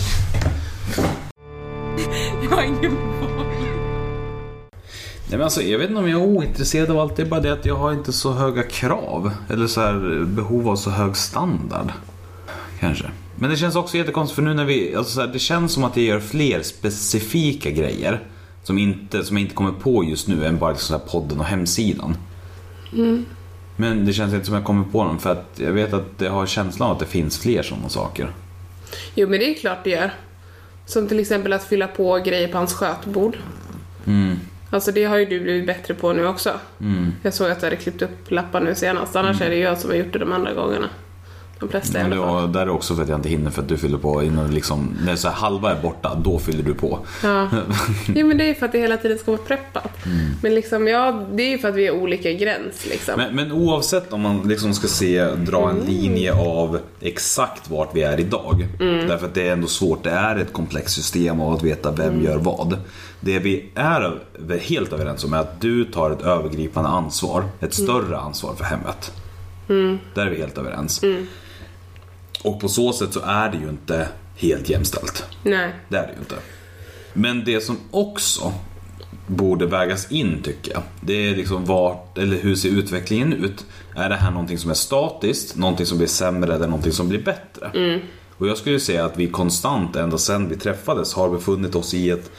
Jag har ingen boll. Nej, men alltså, jag vet inte om jag är ointresserad av allt. Det är bara det att jag har inte så höga krav. Eller så här, behov av så hög standard. Kanske. Men det känns också jättekonstigt, för nu när vi, alltså så här, det känns som att jag gör fler specifika grejer som, inte, som jag inte kommer på just nu än bara liksom så här podden och hemsidan. Mm. Men det känns inte som att jag kommer på dem, för att jag vet att det har känslan av att det finns fler sådana saker. Jo, men det är klart det gör. Som till exempel att fylla på grejer på hans skötbord. Mm. Alltså det har ju du blivit bättre på nu också. Mm. Jag såg att du hade klippt upp lappar nu senast. Annars mm. är det jag som har gjort det de andra gångerna. De flesta ja, i alla fall. Det där är också för att jag inte hinner, för att du fyller på innan liksom, när så här halva är borta, då fyller du på. Ja, ja men det är för att det hela tiden ska vara preppat. Mm. Men liksom, ja, det är ju för att vi är olika gräns liksom. Men, men oavsett om man liksom ska se, dra en mm. linje av exakt vart vi är idag. Mm. Därför att det är ändå svårt, det är ett komplext system av att veta vem mm. gör vad. Det vi är helt överens om är att du tar ett övergripande ansvar, ett större mm. ansvar för hemmet. Mm. Där är vi helt överens. Mm. Och på så sätt så är det ju inte helt jämställt. Nej. Det är det ju inte. Men det som också borde vägas in, tycker jag, det är liksom vart, eller hur ser utvecklingen ut? Är det här någonting som är statiskt, någonting som blir sämre eller någonting som blir bättre? Mm. Och jag skulle säga att vi konstant, ända sedan vi träffades, har befunnit oss i ett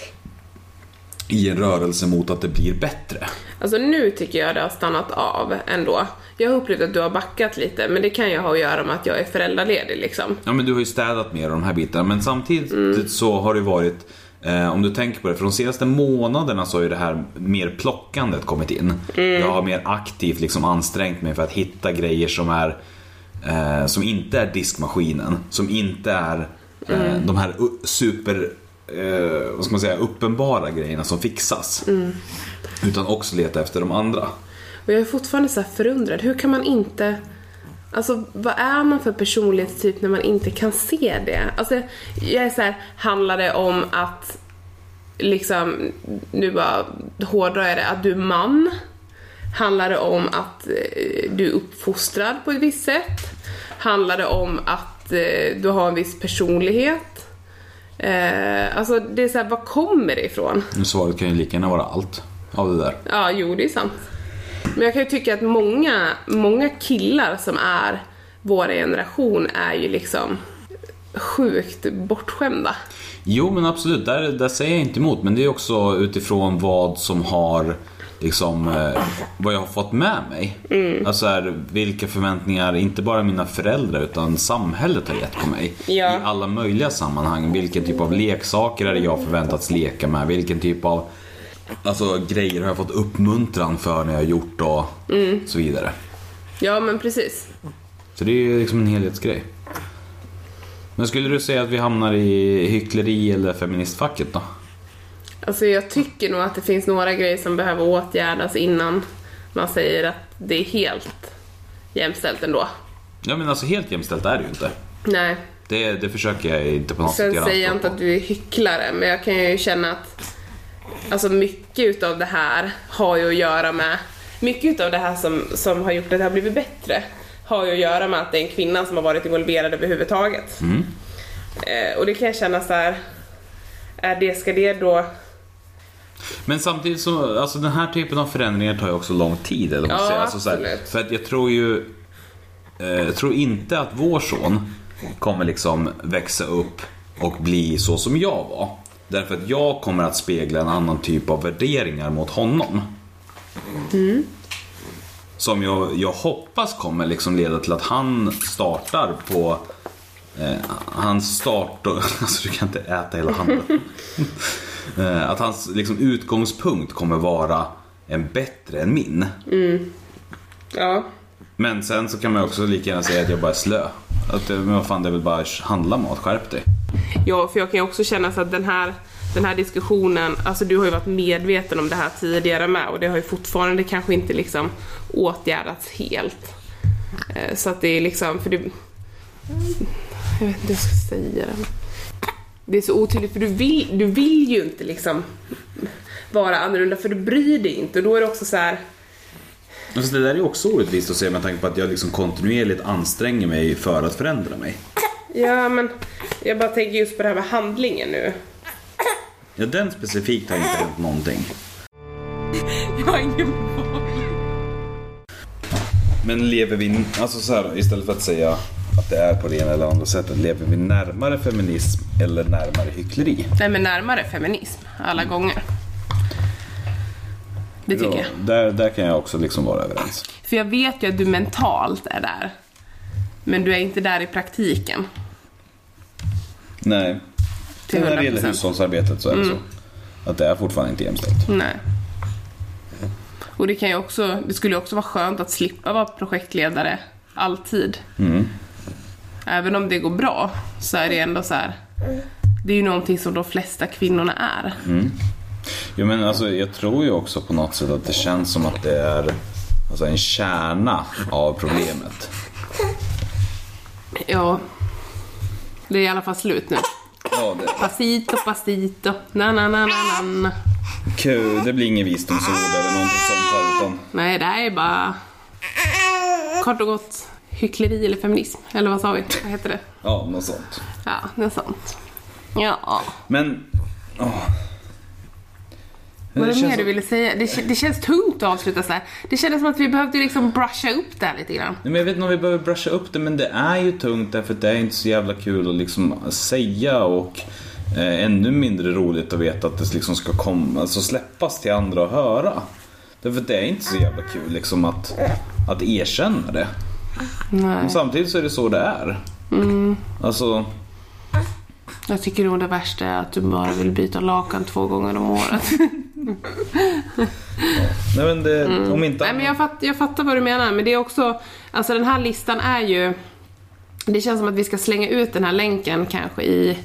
i en rörelse mot att det blir bättre. Alltså nu tycker jag det har stannat av ändå. Jag har upplevt att du har backat lite, men det kan ju ha att göra med att jag är föräldraledig liksom. Ja, men du har ju städat mer av de här bitarna. Men samtidigt mm. så har det varit, eh, om du tänker på det, för de senaste månaderna så har ju det här mer plockandet kommit in. Mm. Jag har mer aktivt liksom ansträngt mig för att hitta grejer som är eh, som inte är diskmaskinen, som inte är eh, mm. de här super eh, vad ska man säga, uppenbara grejerna som fixas. Mm. Utan också leta efter de andra. Och jag är fortfarande så här förundrad. Hur kan man inte... Alltså, vad är man för personlighetstyp när man inte kan se det? Alltså, jag är så här, handlar det om att liksom, nu bara hårdrar jag det, att du är man? Handlar det om att eh, du är uppfostrad på ett visst sätt? Handlar det om att eh, du har en viss personlighet? Eh, alltså, det är så här, vad kommer det ifrån? Svaret kan ju lika gärna vara allt av det där. Ja, jo, det är sant. Men jag kan ju tycka att många, många killar som är vår generation är ju liksom sjukt bortskämda. Jo, men absolut, där, där säger jag inte emot. Men det är också utifrån vad som har liksom, eh, vad jag har fått med mig. Mm. Alltså här, vilka förväntningar inte bara mina föräldrar utan samhället har gett på mig. Ja. I alla möjliga sammanhang. Vilken typ av leksaker är det jag förväntats leka med? Vilken typ av alltså, grejer har jag fått uppmuntran för när jag har gjort och mm. så vidare. Ja, men precis. Så det är ju liksom en helhetsgrej. Men skulle du säga att vi hamnar i hyckleri eller feministfacket då? Alltså jag tycker nog att det finns några grejer som behöver åtgärdas innan man säger att det är helt jämställt ändå. Ja, men alltså helt jämställt är det ju inte. Nej. Det, det försöker jag inte på något Sen sätt göra. Sen säger jag inte att du är hycklare, men jag kan ju känna att alltså mycket utav det här har ju att göra med, mycket utav det här som, som har gjort att det har blivit bättre har ju att göra med att det är en kvinna som har varit involverad överhuvudtaget. Mm. Eh, och det kan jag känna så här, är det, ska det då... Men samtidigt så, alltså den här typen av förändringar tar ju också lång tid, eller vad man ja, säger. Alltså, så här, för att jag tror ju eh, jag tror inte att vår son kommer liksom växa upp och bli så som jag var. Därför att jag kommer att spegla en annan typ av värderingar mot honom. Mm. Som jag, jag hoppas kommer liksom leda till att han startar på eh, hans start och, alltså du kan inte äta hela handen. eh, att hans liksom utgångspunkt kommer vara en bättre än min. Mm. Ja. Men sen så kan man också lika gärna säga att jag bara är slö. Att men vad fan, det vill bara handla mat, skärp dig. Ja, för jag kan ju också känna så att den här den här diskussionen, alltså du har ju varit medveten om det här tidigare med, och det har ju fortfarande kanske inte liksom åtgärdats helt. Eh, så att det är liksom, för det, jag vet inte hur jag ska säga det. Det är så otydligt, för du vill, du vill ju inte liksom vara annorlunda, för du bryr dig inte, och då är det också så här. Alltså det där är ju också orättvist att säga med tanke på att jag liksom kontinuerligt anstränger mig för att förändra mig. Ja, men jag bara tänker just på det här med handlingen nu. Ja, den specifikt har inte hänt någonting. Jag har ingen boll. Men lever vi, alltså så här, istället för att säga att det är på det ena eller andra sättet, lever vi närmare feminism eller närmare hyckleri? Nej, men närmare feminism alla gånger. Det tycker ja, jag. Där, där kan jag också liksom vara överens. För jag vet ju att du mentalt är där, men du är inte där i praktiken. Nej. När det gäller hushållsarbetet så är det mm. så. att det är fortfarande inte jämställt. Nej. Och det kan ju också, det skulle ju också vara skönt att slippa vara projektledare alltid. Mm. Även om det går bra så är det ändå så här. Det är ju någonting som de flesta kvinnorna är. Mm. Jo, men alltså, jag tror ju också på något sätt att det känns som att det är alltså en kärna av problemet. Ja. Det är i alla fall slut nu. Ja, det... Pasito, pasito. Na na na na na. Kul, det blir ingen visdomsord eller någonting sånt här, utan... Nej, det är bara kort och gott hyckleri eller feminism. Eller vad sa vi? Vad heter det? Ja, något sånt. Ja, det är sant. Ja. Men... Åh. Vad är det känns mer som... du ville säga? Det, det känns tungt att avsluta så här. Det kändes som att vi behövde liksom brusha upp det här lite grann. Nej, men jag vet inte om vi behöver brusha upp det, men det är ju tungt därför att det är inte så jävla kul att liksom säga, och eh, ännu mindre roligt att veta att det liksom ska komma, alltså släppas till andra att höra. Därför att det är inte så jävla kul liksom att, att erkänna det. Nej. Men samtidigt så är det så det är. Mm. Alltså... Jag tycker nog det värsta är att du bara vill byta lakan två gånger om året. Nej, men det, mm. om inte... Nej, men jag, fatt, jag fattar vad du menar. Men det är också, alltså den här listan är ju, det känns som att vi ska slänga ut den här länken kanske i,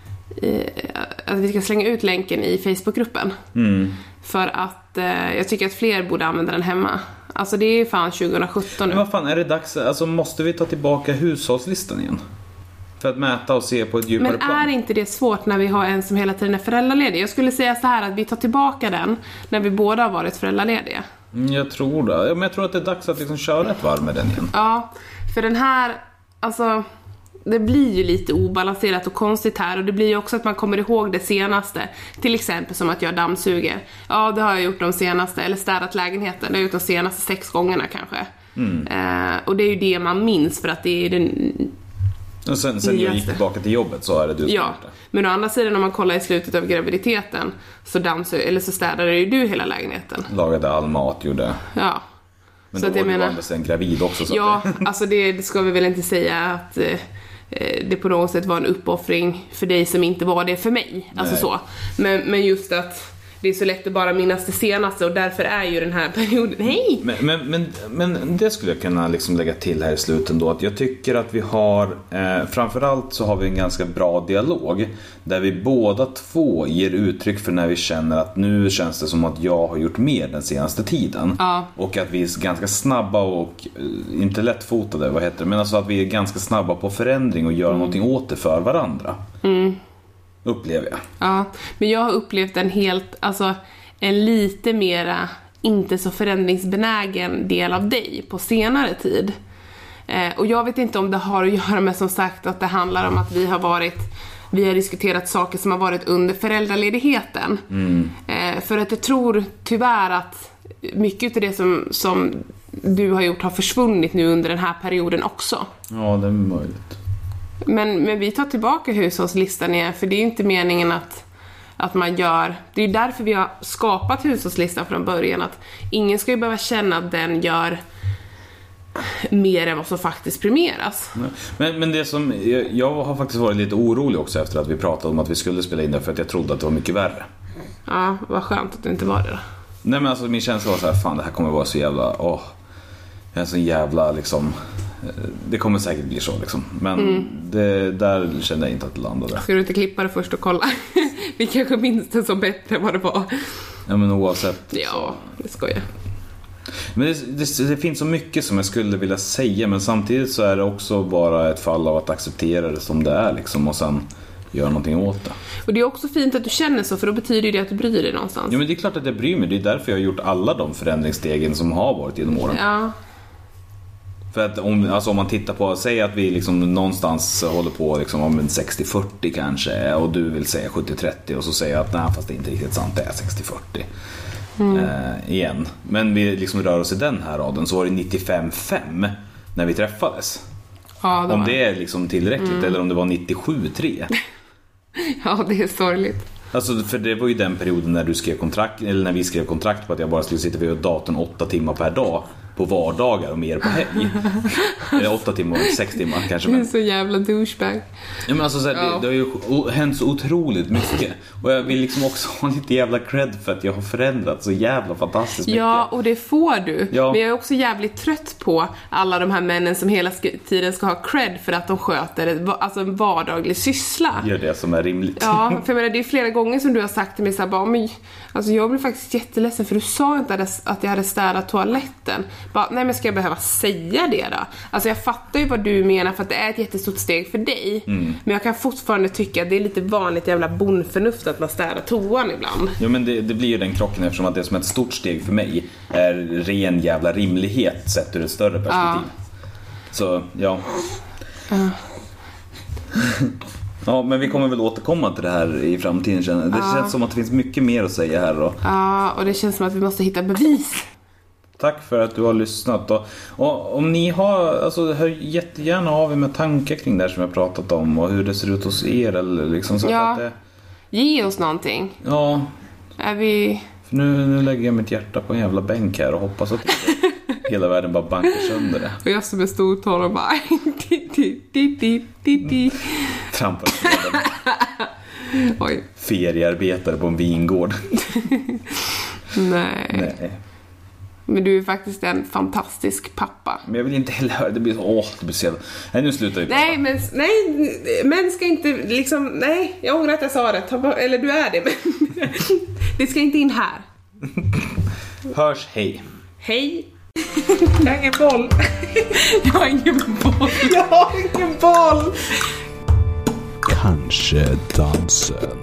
i att vi ska slänga ut länken i Facebookgruppen. Mm. För att eh, jag tycker att fler borde använda den hemma. Alltså det är fan tjugo sjutton nu. Men vad fan, är det dags, alltså måste vi ta tillbaka hushållslistan igen? För att mäta och se på ett djupare Men plan. är inte det svårt när vi har en som hela tiden är föräldraledig? Jag skulle säga så här att vi tar tillbaka den när vi båda har varit föräldralediga. Mm, jag tror det. Ja, men jag tror att det är dags att liksom köra ett varv med den igen. Ja, för den här, alltså, det blir ju lite obalanserat och konstigt här. Och det blir ju också att man kommer ihåg det senaste. Till exempel som att jag dammsuger. Ja, det har jag gjort de senaste, eller städat lägenheten. Det har jag gjort de senaste sex gångerna kanske. Mm. Eh, och det är ju det man minns för att det är den... Och sen, sen jag gick tillbaka till jobbet så är det du som ja, gjort det. Men å andra sidan om man kollar i slutet av graviditeten så dammsug, eller så städade ju du hela lägenheten. Lagade all mat, gjorde. Ja. Men så då att jag var menar, du en gravid också. Så ja, att det... alltså det, det ska vi väl inte säga att eh, det på något sätt var en uppoffring för dig som inte var det för mig. Alltså så. Men, men just att det är så lätt att bara minnas det senaste och därför är ju den här perioden, hej! Men, men, men, men det skulle jag kunna liksom lägga till här i slutet då, att jag tycker att vi har, eh, framförallt så har vi en ganska bra dialog där vi båda två ger uttryck för när vi känner att nu känns det som att jag har gjort mer den senaste tiden. Ja. Och att vi är ganska snabba och, eh, inte lättfotade, vad heter det, men alltså att vi är ganska snabba på förändring och gör mm. någonting åt det för varandra. Mm. Upplever jag. Ja, men jag har upplevt en helt, alltså en lite mera inte så förändringsbenägen del av dig på senare tid. Eh, och jag vet inte om det har att göra med som sagt att det handlar om att vi har varit, vi har diskuterat saker som har varit under föräldraledigheten. Mm. Eh, för att jag tror tyvärr att mycket av det som, som du har gjort har försvunnit nu under den här perioden också. Ja, det är möjligt. Men, men vi tar tillbaka hushållslistan igen, för det är ju inte meningen att, att man gör... Det är ju därför vi har skapat hushållslistan från början, att ingen ska ju behöva känna att den gör mer än vad som faktiskt premieras. Men, men det som... Jag, jag har faktiskt varit lite orolig också efter att vi pratade om att vi skulle spela in det, för att jag trodde att det var mycket värre. Ja, vad skönt att det inte var det då. Nej, men alltså min känsla var så här, fan det här kommer vara så jävla... Åh, jag är så jävla liksom... Det kommer säkert bli så liksom. Men mm. det, där kände jag inte att det landade. Ska du inte klippa det först och kolla? Vi kanske minns det som bättre än vad det var. Ja, men oavsett. Ja, det ska jag. Men det, det, det finns så mycket som jag skulle vilja säga, men samtidigt så är det också bara ett fall av att acceptera det som det är liksom, och sen göra någonting åt det. Och det är också fint att du känner så, för då betyder det att du bryr dig någonstans. Ja, men det är klart att jag bryr mig. Det är därför jag har gjort alla de förändringsstegen som har varit genom åren. Ja. För att om, alltså om man tittar på, säg att vi liksom någonstans håller på liksom om en sextio fyrtio kanske, och du vill säga sjuttio trettio, och så säger jag att nej, fast det är inte riktigt sant, det är sextio fyrtio mm. eh, igen. Men vi liksom rör oss i den här raden, så var det nittiofem fem när vi träffades. Ja, det om var... det är liksom tillräckligt mm. eller om det var nittiosju tre. Ja, det är sorgligt. Alltså, för det var ju den perioden när du skrev kontrakt, eller när vi skrev kontrakt på att jag bara skulle sitta vid datorn åtta timmar per dag på vardagar och mer på helg. Eller åtta timmar, sex timmar kanske. Du är så jävla douchebag. Ja, men alltså, så här, ja. det, det har ju hänt så otroligt mycket. Och jag vill liksom också ha lite jävla cred för att jag har förändrat så jävla fantastiskt mycket. Ja, och det får du. Ja. Men jag är också jävligt trött på alla de här männen som hela tiden ska ha cred för att de sköter ett, alltså en vardaglig syssla. Gör det som är rimligt. Ja, för jag menar, det är flera gånger som du har sagt till mig så här, bara, men, alltså jag blir faktiskt jätteledsen för du sa inte att jag hade städat toaletten. Bara, nej men ska jag behöva säga det då? Alltså jag fattar ju vad du menar för att det är ett jättestort steg för dig. Mm. Men jag kan fortfarande tycka att det är lite vanligt jävla bondförnuft att man städar toan ibland. Ja, men det, det blir ju den krocken eftersom att det som är ett stort steg för mig är ren jävla rimlighet sett ur ett större perspektiv. Ja. Så, ja. Uh. Ja, men vi kommer väl återkomma till det här i framtiden. Det uh. känns som att det finns mycket mer att säga här då. Ja, uh, och det känns som att vi måste hitta bevis. Tack för att du har lyssnat. Och, och om ni har, alltså, hör jättegärna av er med tankar kring det här som jag pratat om och hur det ser ut hos er. Eller liksom så ja, att det... ge oss någonting. Ja. Är vi... För nu, nu lägger jag mitt hjärta på en jävla bänk här och hoppas att hela världen bara bankar sönder det. Och jag som är stor tar och bara... Trampar Oj. Feriearbetare på en vingård. Nej. Nej. Men du är faktiskt en fantastisk pappa. Men jag vill inte heller höra. Det blir så, åh, det blir så jävla... Nej, nu slutar vi. Nej, men, nej, men ska inte liksom... Nej, jag ångrar att jag sa det. Ta, eller du är det, men... Det ska inte in här. Hörs, hej. Hej. Jag har ingen boll. Jag har ingen boll. Jag har ingen boll. Kanske dansen.